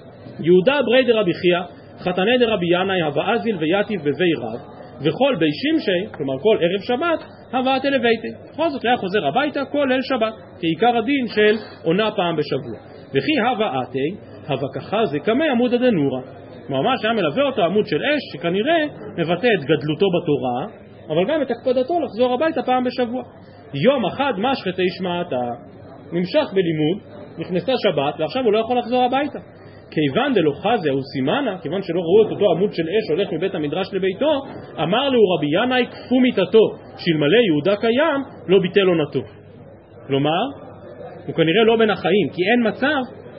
יהודה ברי דרבי חייא, חתני דרבי ינאי, הבאזיל ויתיב בבי רב, וכל בי שמשי, כלומר כל ערב שבת, הבאת אל ביתי. בכל זאת היה חוזר הביתה כל ליל שבת, כעיקר הדין של עונה פעם בשבוע. וכי הבאתי, הבקחה זה כמי עמוד הדנורה. ממש היה מלווה אותו עמוד של אש, שכנראה מבטא את גדלותו בתורה, אבל גם את הקפדתו לחזור הביתה פעם בשבוע. יום אחד משחת השמעתה, נמשך בלימוד, נכנסה שבת, ועכשיו הוא לא יכול לחזור הביתה. כיוון דלא חזה הוא סימנה, כיוון שלא ראו את אותו עמוד של אש הולך מבית המדרש לביתו, אמר לו רבי ינאי כפו מיתתו, שאלמלא יהודה קיים לא ביטל עונתו. כלומר, הוא כנראה לא בין החיים, כי אין מצב,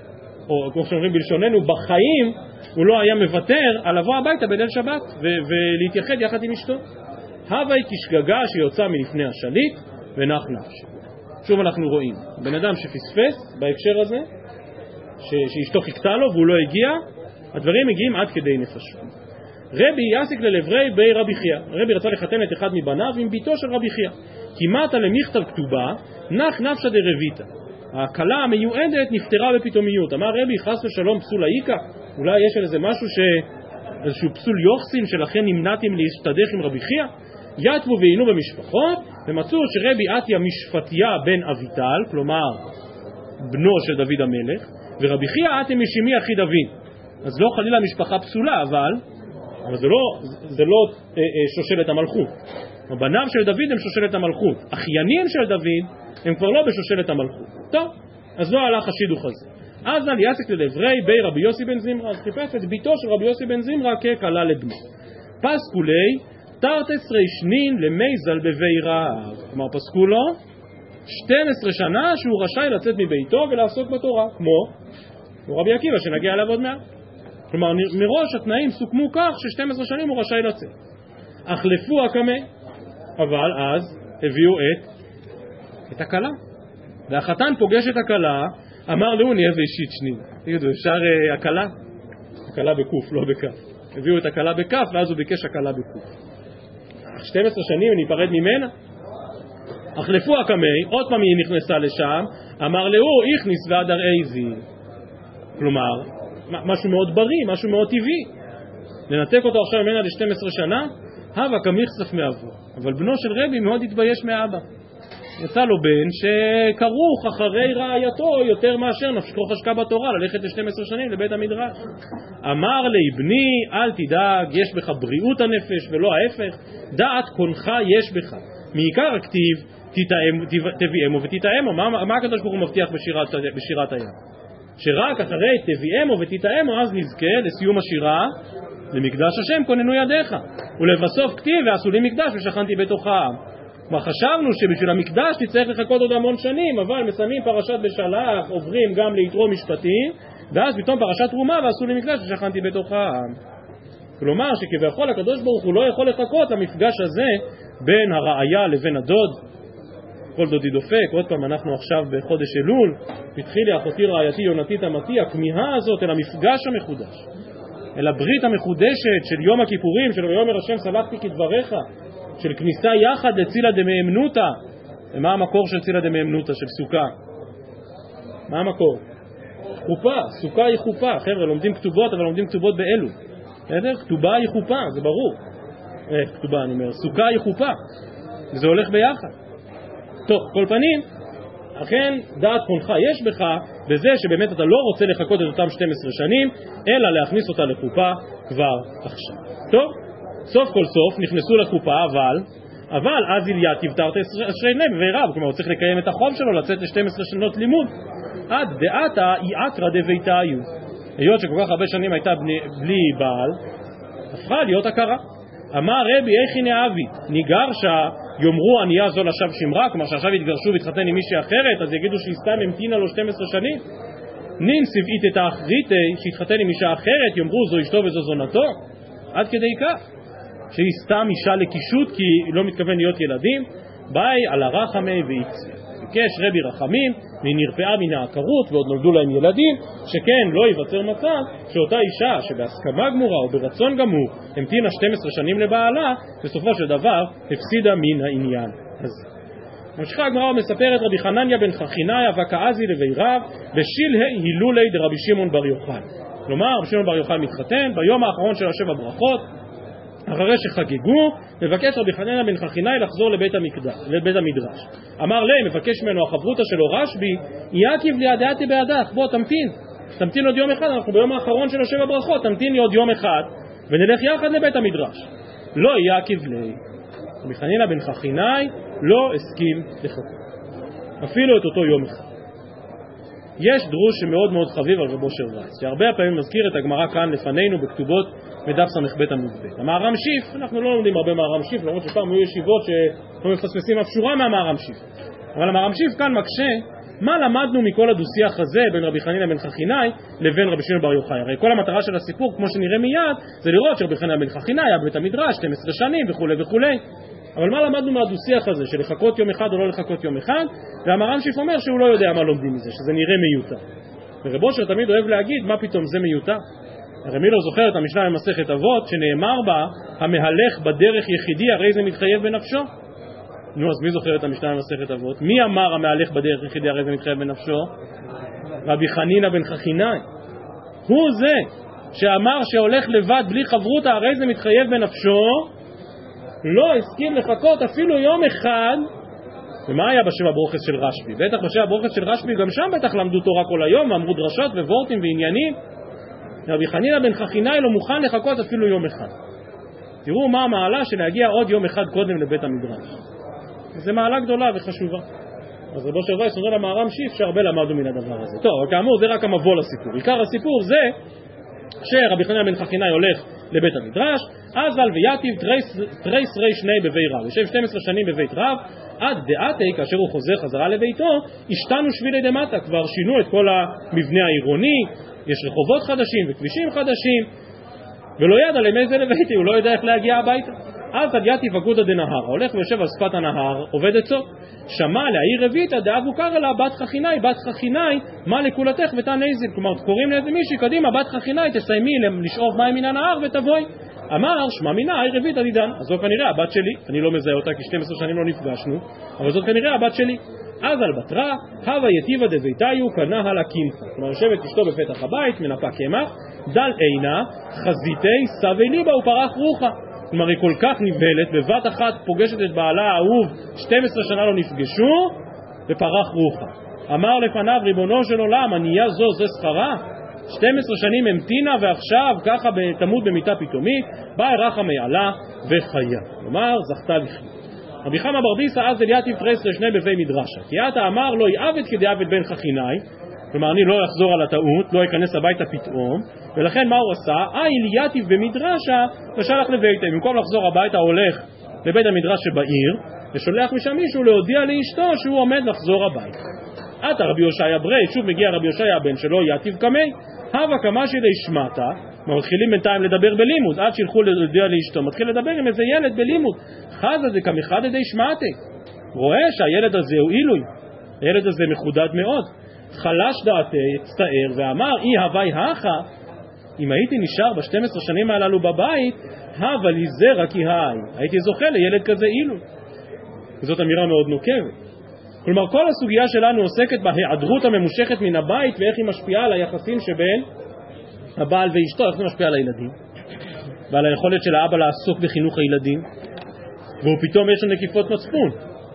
או כמו שאומרים בלשוננו, בחיים הוא לא היה מוותר על לבוא הביתה בליל שבת ו- ולהתייחד יחד עם אשתו. הווי כשגגה שיוצא מלפני השליט ונח נפשי. שוב אנחנו רואים, בן אדם שפספס בהקשר הזה, שאשתו חיכתה לו והוא לא הגיע, הדברים מגיעים עד כדי נפשות. רבי יסיק ללברי בי רבי חייא. רבי רצה לחתן את אחד מבניו עם ביתו של רבי חייא. כמעט למכתב כתובה, נח נפשא דרביתא. הכלה המיועדת נפטרה בפתאומיות. אמר רבי, חס ושלום פסול איקה? אולי יש על איזה משהו ש... איזשהו פסול יוחסין שלכן נמנעתם להשתדך עם רבי חייא? יתבו ועינו במשפחות, ומצאו שרבי עטיה משפטיה בן אביטל, כלומר בנו של דוד המלך, ורבי חייא עטיה משימי אחי דוד. אז לא חלילה משפחה פסולה, אבל, אבל זה לא, זה לא אה, אה, שושלת המלכות. הבניו של דוד הם שושלת המלכות. אחיינים של דוד הם כבר לא בשושלת המלכות. טוב, אז לא הלך השידוך הזה. אז נל יסיק ללברי בי רבי יוסי בן זמרה, אז חיפש את ביתו של רבי יוסי בן זמרה ככלה לבנו. פסקו לי, תרתי עשרה שנין למייזל בבי רב. כלומר פסקו לו שתים עשרה שנה שהוא רשאי לצאת מביתו ולעסוק בתורה, כמו, כמו רבי עקיבא שנגיע אליו עוד מעט. כלומר מראש התנאים סוכמו כך ש-שתים עשרה שנים הוא רשאי לצאת. החלפו הקמא, אבל אז הביאו את, את הכלה. והחתן פוגש את הכלה, אמר לו נהיה ואישית שנין. תגידו, אפשר uh, הכלה? הכלה בקוף, לא בכף. הביאו את הכלה בכף, ואז הוא ביקש הכלה בקוף. שתים עשרה שנים ניפרד ממנה. החלפו הקמא, עוד פעם היא נכנסה לשם, אמר לו, הכניס ועדר איזי. כלומר, משהו מאוד בריא, משהו מאוד טבעי. לנתק אותו עכשיו ממנה ל-שתים עשרה שנה, הווה כמכסף מאבו. אבל בנו של רבי מאוד התבייש מאבא. יצא לו בן שכרוך אחרי רעייתו יותר מאשר נפשו חשקה בתורה, ללכת ל-שתים עשרה שנים לבית המדרש. אמר לי, בני, אל תדאג, יש בך בריאות הנפש ולא ההפך, דעת קונך יש בך. מעיקר הכתיב, תביאמו ותתאמו. מה, מה הקדוש ברוך הוא מבטיח בשירת, בשירת הים? שרק אחרי תביאמו ותתאמו אז נזכה לסיום השירה, למקדש השם כוננו ידיך, ולבסוף כתיב ועשו לי מקדש ושכנתי בתוך העם. מה חשבנו שבשביל המקדש תצטרך לחכות עוד המון שנים, אבל מסיימים פרשת בשלח, עוברים גם ליתרו משפטים, ואז פתאום פרשת תרומה ועשו לי מקדש ושכנתי בתוך העם. כלומר שכביכול הקדוש ברוך הוא לא יכול לחכות למפגש הזה בין הרעיה לבין הדוד. כל דודי דופק, עוד פעם אנחנו עכשיו בחודש אלול, התחילי אחותי רעייתי יונתי תמתי, הכמיהה הזאת אל המפגש המחודש, אל הברית המחודשת של יום הכיפורים, של ויאמר השם סלחתי כדבריך, של כניסה יחד לצילה דמאמנותא. ומה המקור של צילה דמאמנותא, של סוכה? מה המקור? חופה, סוכה היא חופה. חבר'ה, לומדים כתובות, אבל לומדים כתובות באלו. בסדר? כתובה היא חופה, זה ברור. אה, כתובה, אני אומר, סוכה היא חופה. וזה הולך ביחד. טוב, כל פנים, אכן דעת קונך יש בך בזה שבאמת אתה לא רוצה לחכות את אותם שתים עשרה שנים, אלא להכניס אותה לחופה כבר עכשיו. טוב? סוף כל סוף נכנסו לחופה, אבל אבל אז איליה תבטרת עשרי בני ורב, כלומר הוא צריך לקיים את החוב שלו לצאת ל-שתים עשרה שנות לימוד. עד דעתה היא אקרא דביתה היו, היות שכל כך הרבה שנים הייתה בני, בלי בעל, הפכה להיות הכרה. אמר רבי איך הנה אבי ניגרשה, יאמרו ענייה זו לשב שמרה, כלומר שעכשיו יתגרשו והתחתן עם מישהי אחרת, אז יגידו שהיא סתם המתינה לו שתים עשרה שנים. נין סבעית את האחריתי שהתחתן עם אישה אחרת, יאמרו זו אשתו וזו זונתו. עד כדי כך שהיא סתם אישה לקישוט כי היא לא מתכוון להיות ילדים. ביי על הרחמי והצליח, ביקש רבי רחמים ונרפאה מן העקרות ועוד נולדו להם ילדים, שכן לא ייווצר מצב שאותה אישה שבהסכמה גמורה או ברצון גמור המתינה שתים עשרה שנים לבעלה, בסופו של דבר הפסידה מן העניין הזה. ממשיכה הגמרא ומספרת רבי חנניה בן חכינאי וכעזי לבי רב בשלהי הילולי דרבי שמעון בר יוחאי. כלומר רבי שמעון בר יוחאי מתחתן ביום האחרון של השבע ברכות, אחרי שחגגו, מבקש רבי חנניה בן חכינאי לחזור לבית המקדש, לבית המדרש. אמר לי, מבקש ממנו החברותה שלו רשב"י, יעקיב לי הדעתי בידך, בוא תמתין, תמתין עוד יום אחד, אנחנו ביום האחרון של השבע ברכות, תמתין לי עוד יום אחד, ונלך יחד לבית המדרש. לא יעקיב לי, רבי חנניה בן חכינאי לא הסכים לחכות, אפילו את אותו יום אחד. יש דרוש שמאוד מאוד חביב על רבו של רייס, שהרבה פעמים מזכיר את הגמרא כאן לפנינו בכתובות מדף ס"ב עמוד ב'. המהר"ם שיף, אנחנו לא לומדים הרבה מהר"ם שיף, למרות שפעם היו ישיבות שלא מפספסים אף שורה מהמהר"ם שיף. אבל המהר"ם שיף כאן מקשה, מה למדנו מכל הדו-שיח הזה בין רבי חנינא בן חכינאי לבין רבי שמעון בר יוחאי? הרי כל המטרה של הסיפור, כמו שנראה מיד, זה לראות שרבי חנינא בן חכינאי היה בבית המדרש שתים עשרה שנים וכו' וכו'. אבל מה למדנו מהדו-שיח הזה, של לחכות יום אחד או לא לחכות יום אחד? והמר"ן שיף אומר שהוא לא יודע מה לומדים מזה, שזה נראה מיותר. ורב אושר תמיד אוהב להגיד, מה פתאום זה מיותר? הרי מי לא זוכר את המשנה במסכת אבות, שנאמר בה, המהלך בדרך יחידי, הרי זה מתחייב בנפשו? נו, אז מי זוכר את המשנה במסכת אבות? מי אמר המהלך בדרך יחידי, הרי זה מתחייב בנפשו? רבי חנינא בן חכינאי. הוא זה שאמר שהולך לבד בלי חברותא, הרי זה מתחייב בנפשו, לא הסכים לחכות אפילו יום אחד. ומה היה בשבע ברוכס של רשב"י? בטח בשבע ברוכס של רשב"י גם שם בטח למדו תורה כל היום, אמרו דרשות ווורטים ועניינים. רבי חנינא בן חכינאי לא מוכן לחכות אפילו יום אחד. תראו מה המעלה של להגיע עוד יום אחד קודם לבית המדרש. זו מעלה גדולה וחשובה. אז רבו של וייס אומר למהר"ם שיף שהרבה למדו מן הדבר הזה. טוב, כאמור זה רק המבוא לסיפור. עיקר הסיפור זה שרבי חנינא בן חכינאי הולך לבית המדרש, אזל ויתיב תריס רי שני בבית רב, יושב שתים עשרה שנים בבית רב, עד דעתי כאשר הוא חוזר חזרה לביתו, השתנו שבילי דמטה, כבר שינו את כל המבנה העירוני, יש רחובות חדשים וכבישים חדשים, ולא ידע למי זה לביתי, הוא לא יודע איך להגיע הביתה. אז עד יתיב אגודא דנהר, הולך ויושב על שפת הנהר, עובד עצות, שמע לעיר רביתא דאבו קרא לה בת חכינאי, בת חכינאי, מה לקולתך ותענזיל, כלומר קוראים לאיזה מישהי, קדימה בת חכינאי, תסיימי לשאוב מים מן הנהר ותבואי. אמר שמע מינה עיר רביתא דידן, אז זו כנראה הבת שלי, אני לא מזהה אותה כי שתים עשרה שנים לא נפגשנו, אבל זאת כנראה הבת שלי. אז על בתרה, הווה יתיבא דביתיו קנה לה קמחא, כלומר יושבת אשתו בפתח הבית, מנפה קמח, דל עינה, חזיתי סבי ליבה ופרח רוחה. כלומר היא כל כך נבהלת, בבת אחת פוגשת את בעלה האהוב, שתים עשרה שנה לא נפגשו, ופרח רוחה. אמר לפניו ריבונו של עולם, ענייה זו זה שכרה? שתים עשרה שנים המתינה ועכשיו ככה תמות במיטה פתאומית, באה רחה מעלה וחיה. כלומר זכתה לחיות. רבי חמא בר ביסא אז אל יתיב תריס לשני בבי מדרשה, כי עתה אמר לא יעבד כדעבד בן חכינאי, כלומר אני לא אחזור על הטעות, לא אכנס הביתה פתאום, ולכן מה הוא עשה? איל יתיב במדרשה ושלח לביתה, במקום לחזור הביתה הולך לבית המדרש שבעיר ושולח משם מישהו להודיע לאשתו שהוא עומד לחזור הביתה. עתה רבי יושעיה ברי, שוב מגיע רבי יושעיה הבן שלו יתיב קמי, הווה קמא שלי שמטה, מתחילים בינתיים לדבר בלימוד, עד שילכו להודיע לאשתו, מתחיל לדבר עם איזה ילד בלימוד, חזה זה כמחד ידי שמטה, רואה שהילד הזה הוא עילוי, הילד הזה מחודד מאוד, חלש דעתי, הצטער ואמר אי הווי הכה, אם הייתי נשאר ב-שתים עשרה שנים הללו בבית, הווה לי זרע כי היי, הייתי זוכה לילד כזה עילוי. זאת אמירה מאוד נוקבת. כלומר כל הסוגיה שלנו עוסקת בהיעדרות הממושכת מן הבית ואיך היא משפיעה על היחסים שבין הבעל ואשתו, איך זה משפיע על הילדים ועל היכולת של האבא לעסוק בחינוך הילדים, והוא פתאום יש לו נקיפות מצפון.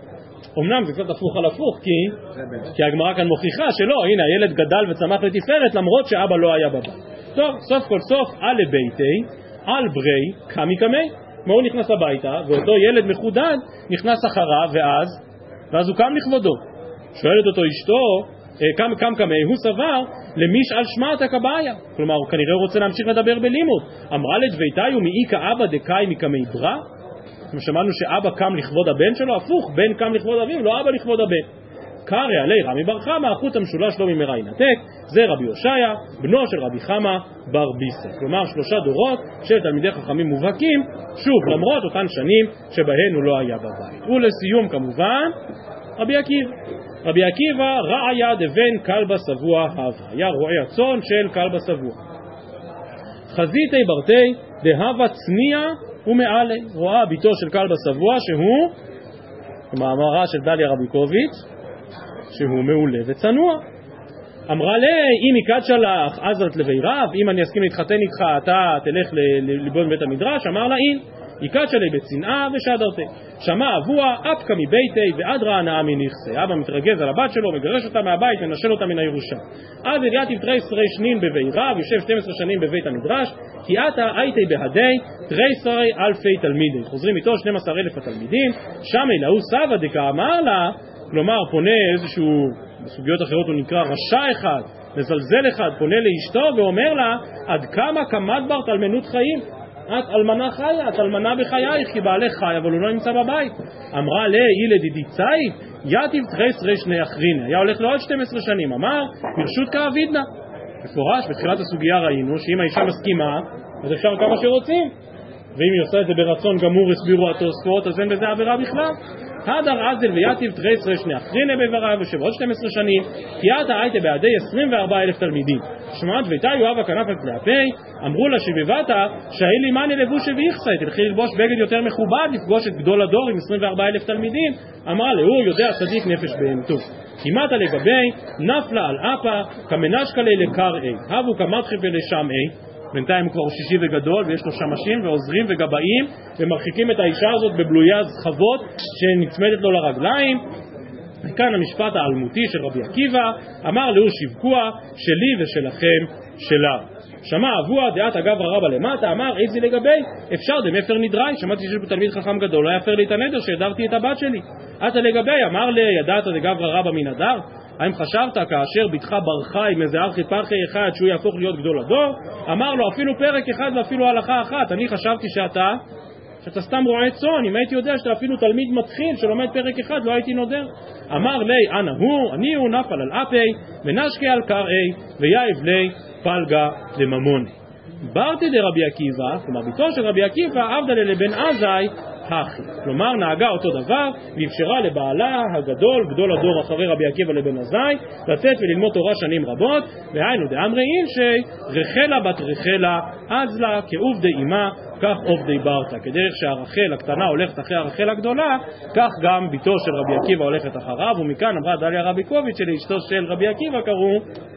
אמנם זה קצת הפוך על הפוך, כי, כי הגמרא כאן מוכיחה שלא, הנה הילד גדל וצמח לתפארת למרות שאבא לא היה בבית. טוב, סוף כל סוף על ביתי, על ברי, קמי קמי, מה הוא נכנס הביתה ואותו ילד מחודד נכנס אחריו ואז ואז הוא קם לכבודו. שואלת אותו אשתו, קם קם קמי, הוא סבר למשאל שמעתא כבעיה, כלומר הוא כנראה רוצה להמשיך לדבר בלימוד. אמרה לדביתיו מאי כאבא דקאי מקמי ברא, שמענו שאבא קם לכבוד הבן שלו, הפוך, בן קם לכבוד אביו, לא אבא לכבוד הבן. קרא עלי רמי בר חמא, החוט המשולש לא ממרע ינתק, זה רבי יושעיה, בנו של רבי חמא בר ביסא. כלומר שלושה דורות של תלמידי חכמים מובהקים, שוב, למרות אותן שנים שבהן הוא לא היה בבית. ולסיום כמובן, רבי עקיבא. רבי עקיבא רעיה דבן כלבא שבוע הווה, היה רועי הצאן של כלבא שבוע. חזיתי ברתי דהווה צניע ומעלה, רואה ביתו של כלבא שבוע שהוא, מאמרה של דליה רביקוביץ', שהוא מעולה וצנוע. אמרה לי, אם יקדשה לך עזרת לבי רב, אם אני אסכים להתחתן איתך אתה תלך לבון בית המדרש, אמר לה אין, יקדשה לי בצנעה ושדרתי. שמע אבוה אפקה מביתי ועד רענאה מנכסה. אבא מתרגז על הבת שלו, מגרש אותה מהבית, מנשל אותה מן הירושה. אז אל יתיב תריס רי שנין בבי רב, יושב שתים עשרה שנים בבית המדרש, כי עתה הייתי בהדי תריס רי אלפי תלמידים. חוזרים איתו שנים עשר אלף התלמידים, שם אלוהו סבא דקה אמר לה, כלומר פונה איזשהו, בסוגיות אחרות הוא נקרא רשע אחד, מזלזל אחד, פונה לאשתו ואומר לה, עד כמה כמת בר תלמנות חיים? את אלמנה חיה, את אלמנה בחייך, כי בעלך חי, אבל הוא לא נמצא בבית. אמרה לה, היא לדידי צאי, יתיב תריס רי שני אחרינה, היה הולך לעוד שתים עשרה שנים, אמר, ברשות כאבידנה. מפורש, בתחילת הסוגיה ראינו, שאם האישה מסכימה, אז אפשר כמה שרוצים. ואם היא עושה את זה ברצון גמור הסבירו התוספות, אז אין בזה עבירה בכלל. הדר עזל ויתיב תרייס רשני אחריני בברה ושב עוד שתים עשרה שנים כי עתה הייתה בעדי עשרים וארבעה אלף תלמידים שמעת ואיתה יואב הכנף על כלפי אמרו לה שבבתה שהיא לי מני לבוש ויחסה תלכי ללבוש בגד יותר מכובד לפגוש את גדול הדור עם עשרים וארבעה אלף תלמידים אמרה לאור יודע צדיק נפש בהמתו כמעט לגבי נפלה על אפה כמנשקלי לקראי הבו כמתחי ולשמעי בינתיים הוא כבר שישי וגדול ויש לו שמשים ועוזרים וגבאים ומרחיקים את האישה הזאת בבלויה זכבות שנצמדת לו לרגליים. וכאן המשפט האלמותי של רבי עקיבא אמר לאור שבקוע שלי ושלכם שלה שמע אבוה דעת אגב רבה למטה אמר איזה לגבי אפשר דמפר נדרי שמעתי שיש פה תלמיד חכם גדול לא יפר לי את הנדר שהדרתי את הבת שלי עתה לגבי אמר לי ידעת דגב רבה מן הדר האם חשבת כאשר ביתך ברחה עם איזה ארכי פרחי אחד שהוא יהפוך להיות גדול הדור? אמר לו אפילו פרק אחד ואפילו הלכה אחת אני חשבתי שאתה שאתה סתם רועה צאן אם הייתי יודע שאתה אפילו תלמיד מתחיל שלומד פרק אחד לא הייתי נודר אמר לי אנא הוא אני הוא נפל על אפי ונשקי על קראי ויאיב לי פלגה לממון ברתי דרבי עקיבא כלומר ביתו של רבי עקיבא עבדה לבן עזאי הכי כלומר נהגה אותו דבר ואפשרה לבעלה הגדול גדול הדור אחרי רבי עקיבא לבן עזאי לצאת וללמוד תורה שנים רבות והיינו דאמרי אינשי רחלה בת רחלה עזלה כעובדי אימה כך עובדי ברתה כדרך שהרחל הקטנה הולכת אחרי הרחל הגדולה כך גם ביתו של רבי עקיבא הולכת אחריו ומכאן אמרה דליה רביקוביץ' שלאשתו של רבי עקיבא קראו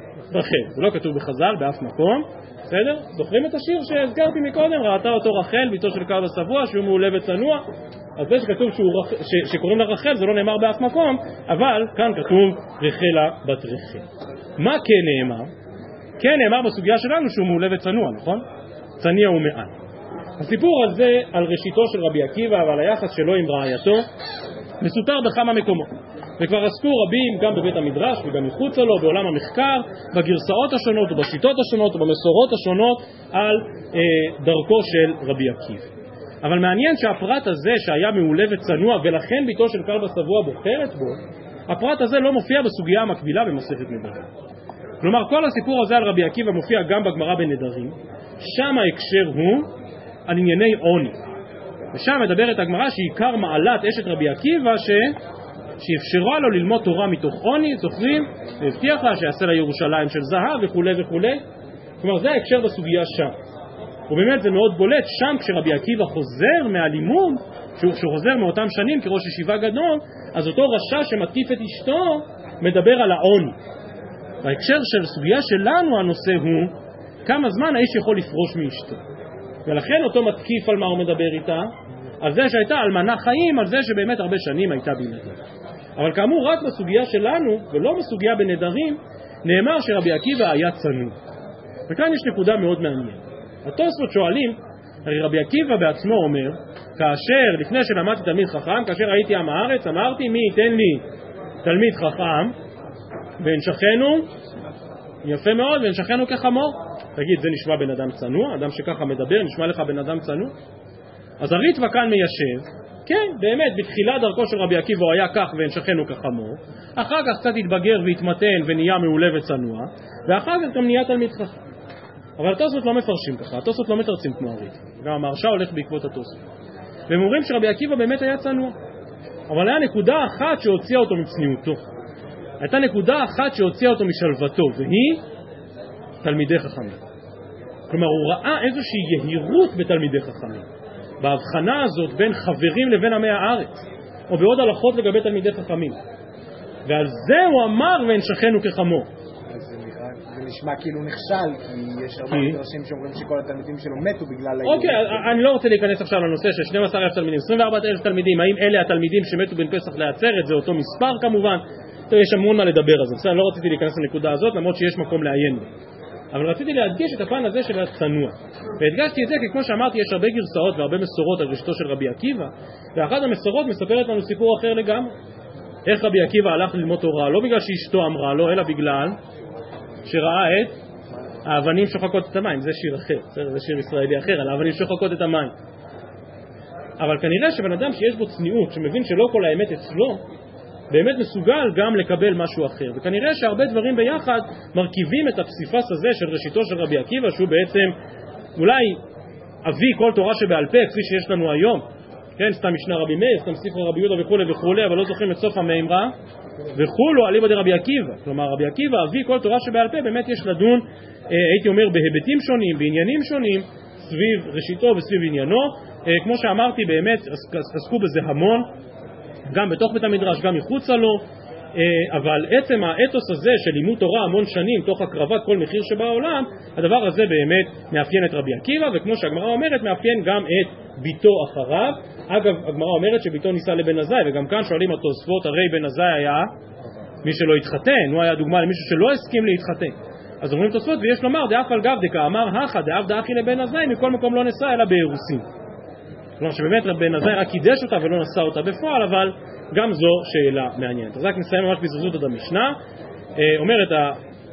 רחל זה לא כתוב בחז"ל באף מקום בסדר? זוכרים את השיר שהזכרתי מקודם? ראתה אותו רחל, ביתו של קרב הסבוע, שהוא מעולה וצנוע. אז זה שכתוב שהוא, ש, שקוראים לה רחל, זה לא נאמר באף מקום, אבל כאן כתוב רחלה בת רחל. מה כן נאמר? כן נאמר בסוגיה שלנו שהוא מעולה וצנוע, נכון? צניע ומעל. הסיפור הזה על ראשיתו של רבי עקיבא ועל היחס שלו עם רעייתו מסותר בכמה מקומות. וכבר עסקו רבים גם בבית המדרש וגם מחוצה לו בעולם המחקר בגרסאות השונות ובשיטות השונות ובמסורות השונות על אה, דרכו של רבי עקיבא. אבל מעניין שהפרט הזה שהיה מעולה וצנוע ולכן ביתו של כלב הסבוע בוחרת בו, הפרט הזה לא מופיע בסוגיה המקבילה במסכת נדרים. כלומר כל הסיפור הזה על רבי עקיבא מופיע גם בגמרא בנדרים, שם ההקשר הוא על ענייני עוני. ושם מדברת הגמרא שעיקר מעלת אשת רבי עקיבא ש... שאפשרה לו ללמוד תורה מתוך עוני, זוכרים? והבטיח לה שיעשה לה ירושלים של זהב וכו' וכו'. כלומר זה ההקשר בסוגיה שם. ובאמת זה מאוד בולט שם כשרבי עקיבא חוזר מהלימוד, כשהוא חוזר מאותם שנים כראש ישיבה גדול, אז אותו רשע שמתקיף את אשתו מדבר על העוני. בהקשר של סוגיה שלנו הנושא הוא כמה זמן האיש יכול לפרוש מאשתו. ולכן אותו מתקיף על מה הוא מדבר איתה, על זה שהייתה אלמנה חיים, על זה שבאמת הרבה שנים הייתה בלעדיה. אבל כאמור רק בסוגיה שלנו ולא בסוגיה בנדרים נאמר שרבי עקיבא היה צנוע. וכאן יש נקודה מאוד מעניינת. התוספות שואלים, הרי רבי עקיבא בעצמו אומר כאשר לפני שלמדתי תלמיד חכם, כאשר הייתי עם הארץ אמרתי מי ייתן לי תלמיד חכם והנשכנו יפה מאוד והנשכנו כחמור. תגיד זה נשמע בן אדם צנוע? אדם שככה מדבר נשמע לך בן אדם צנוע? אז הריטב"א כאן מיישב, כן, באמת, בתחילת דרכו של רבי עקיבא הוא היה כך והנשכנו כחמור, אחר כך קצת התבגר והתמתן ונהיה מעולה וצנוע, ואחר כך גם נהיה תלמיד חכם. אבל התוספות לא מפרשים ככה, התוספות לא מתרצים כמו הריטב"א, גם המהרש"א הולך בעקבות התוספות. והם אומרים שרבי עקיבא באמת היה צנוע, אבל היה נקודה אחת שהוציאה אותו מצניעותו. הייתה נקודה אחת שהוציאה אותו משלוותו, והיא תלמידי חכמים. כלומר, הוא ראה איזושהי יהירות בתלמידי חכמים. בהבחנה הזאת בין חברים לבין עמי הארץ, או בעוד הלכות לגבי תלמידי חכמים. ועל זה הוא אמר והנשכנו כחמור. אז זה, נראה, זה נשמע כאילו נכשל, כי יש הרבה מדרשים שאומרים שכל התלמידים שלו מתו בגלל... אוקיי, אני לא רוצה להיכנס עכשיו לנושא של שנים עשר אלף תלמידים, עשרים וארבעה אלף תלמידים, האם אלה התלמידים שמתו בין פסח לעצרת, זה אותו מספר כמובן, טוב, יש המון מה לדבר על זה, בסדר, לא רציתי להיכנס לנקודה הזאת, למרות שיש מקום לעיין בה. אבל רציתי להדגיש את הפן הזה של הצנוע. והדגשתי את זה כי כמו שאמרתי יש הרבה גרסאות והרבה מסורות על ראשיתו של רבי עקיבא, ואחת המסורות מספרת לנו סיפור אחר לגמרי. איך רבי עקיבא הלך ללמוד תורה, לא בגלל שאשתו אמרה לו, אלא בגלל שראה את האבנים שוחקות את המים. זה שיר אחר, זה שיר ישראלי אחר, על האבנים שוחקות את המים. אבל כנראה שבן אדם שיש בו צניעות, שמבין שלא כל האמת אצלו, באמת מסוגל גם לקבל משהו אחר. וכנראה שהרבה דברים ביחד מרכיבים את הפסיפס הזה של ראשיתו של רבי עקיבא, שהוא בעצם אולי אבי כל תורה שבעל פה, כפי שיש לנו היום, כן, סתם משנה רבי מאיר, סתם ספר רבי יהודה וכו' וכו', אבל לא זוכרים את סוף המימרה, וכולו אליבא דרבי עקיבא. כלומר, רבי עקיבא, אבי כל תורה שבעל פה, באמת יש לדון, הייתי אומר, בהיבטים שונים, בעניינים שונים, סביב ראשיתו וסביב עניינו. כמו שאמרתי, באמת עסקו בזה המון, גם בתוך בית המדרש, גם מחוצה לו, אבל עצם האתוס הזה של לימוד תורה המון שנים, תוך הקרבת כל מחיר שבעולם, הדבר הזה באמת מאפיין את רבי עקיבא, וכמו שהגמרא אומרת, מאפיין גם את ביתו אחריו. אגב, הגמרא אומרת שביתו נישא לבן עזאי, וגם כאן שואלים התוספות, הרי בן עזאי היה מי שלא התחתן, הוא היה דוגמה למישהו שלא הסכים להתחתן. אז אומרים תוספות, ויש לומר, דאף על גב דקה, אמר הכה, דאף דאחי לבן עזאי, מכל מקום לא נשא אלא באירוסין. כלומר שבאמת בן עזאי רק קידש אותה ולא נשא אותה בפועל, אבל גם זו שאלה מעניינת. אז רק נסיים ממש בזריזות את המשנה. אומרת, ה...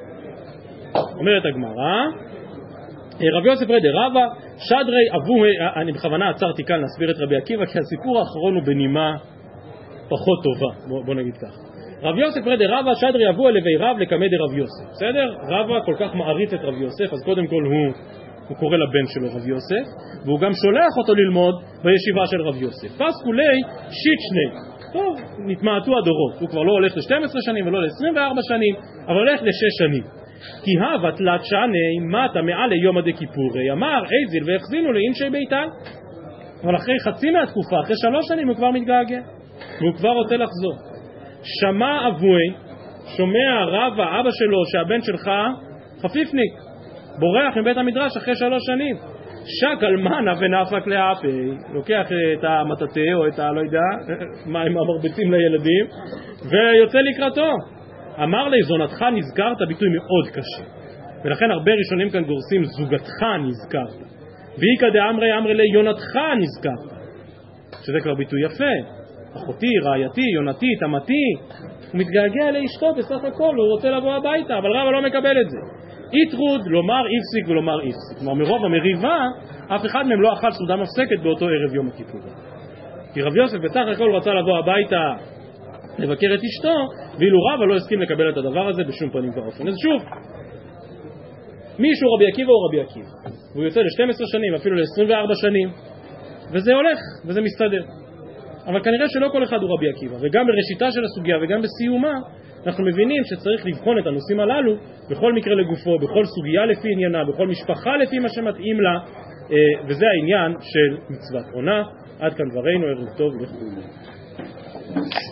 אומרת הגמרא, רבי יוסף רדי רבא, שדרי אבו, אני בכוונה עצרתי כאן להסביר את רבי עקיבא, כי הסיפור האחרון הוא בנימה פחות טובה, בוא, בוא נגיד כך. רבי יוסף רדי רבא, שדרי אבו אלוהי רב לקמא דרבי יוסף. בסדר? רבא כל כך מעריץ את רבי יוסף, אז קודם כל הוא... הוא קורא לבן שלו רבי יוסף, והוא גם שולח אותו ללמוד בישיבה של רבי יוסף. פס כולי שיט שני. טוב, נתמעטו הדורות. הוא כבר לא הולך ל-שתים עשרה שנים ולא ל-עשרים וארבע שנים, אבל הולך ל-שש שנים. כי הווה תלת שני מטה מעל ליום עדי כיפורי, אמר איזיל והחזינו לאנשי ביתן. אבל אחרי חצי מהתקופה, אחרי שלוש שנים הוא כבר מתגעגע, והוא כבר רוצה לחזור. שמע אבוי, שומע רבא, אבא שלו, שהבן שלך חפיפניק, בורח מבית המדרש אחרי שלוש שנים. שק אלמנה ונפק לאפי, לוקח את המטאטה או את ה... לא יודע, מה הם המרביצים לילדים, ויוצא לקראתו. אמר לי, זונתך נזכרת, ביטוי מאוד קשה. ולכן הרבה ראשונים כאן גורסים, זוגתך נזכרת. ואיקא דאמרי אמרי לי, יונתך נזכרת. שזה כבר ביטוי יפה. אחותי, רעייתי, יונתי, תמתי. הוא מתגעגע לאשתו בסך הכל, הוא רוצה לבוא הביתה, אבל רבא לא מקבל את זה. יתרוד, לומר איפסיק ולומר איפסיק. כלומר, מרוב המריבה, אף אחד מהם לא אכל סעודה מפסקת באותו ערב יום הכיפור. כי רבי יוסף בסך הכל רצה לבוא הביתה לבקר את אשתו, ואילו רבא לא הסכים לקבל את הדבר הזה בשום פנים ואופן. אז שוב, מישהו רבי עקיבא או רבי עקיבא, והוא יוצא ל-שתים עשרה שנים, אפילו ל-עשרים וארבע שנים, וזה הולך, וזה מסתדר. אבל כנראה שלא כל אחד הוא רבי עקיבא, וגם בראשיתה של הסוגיה וגם בסיומה, אנחנו מבינים שצריך לבחון את הנושאים הללו בכל מקרה לגופו, בכל סוגיה לפי עניינה, בכל משפחה לפי מה שמתאים לה, וזה העניין של מצוות עונה. עד כאן דברינו, ערב טוב לכולם.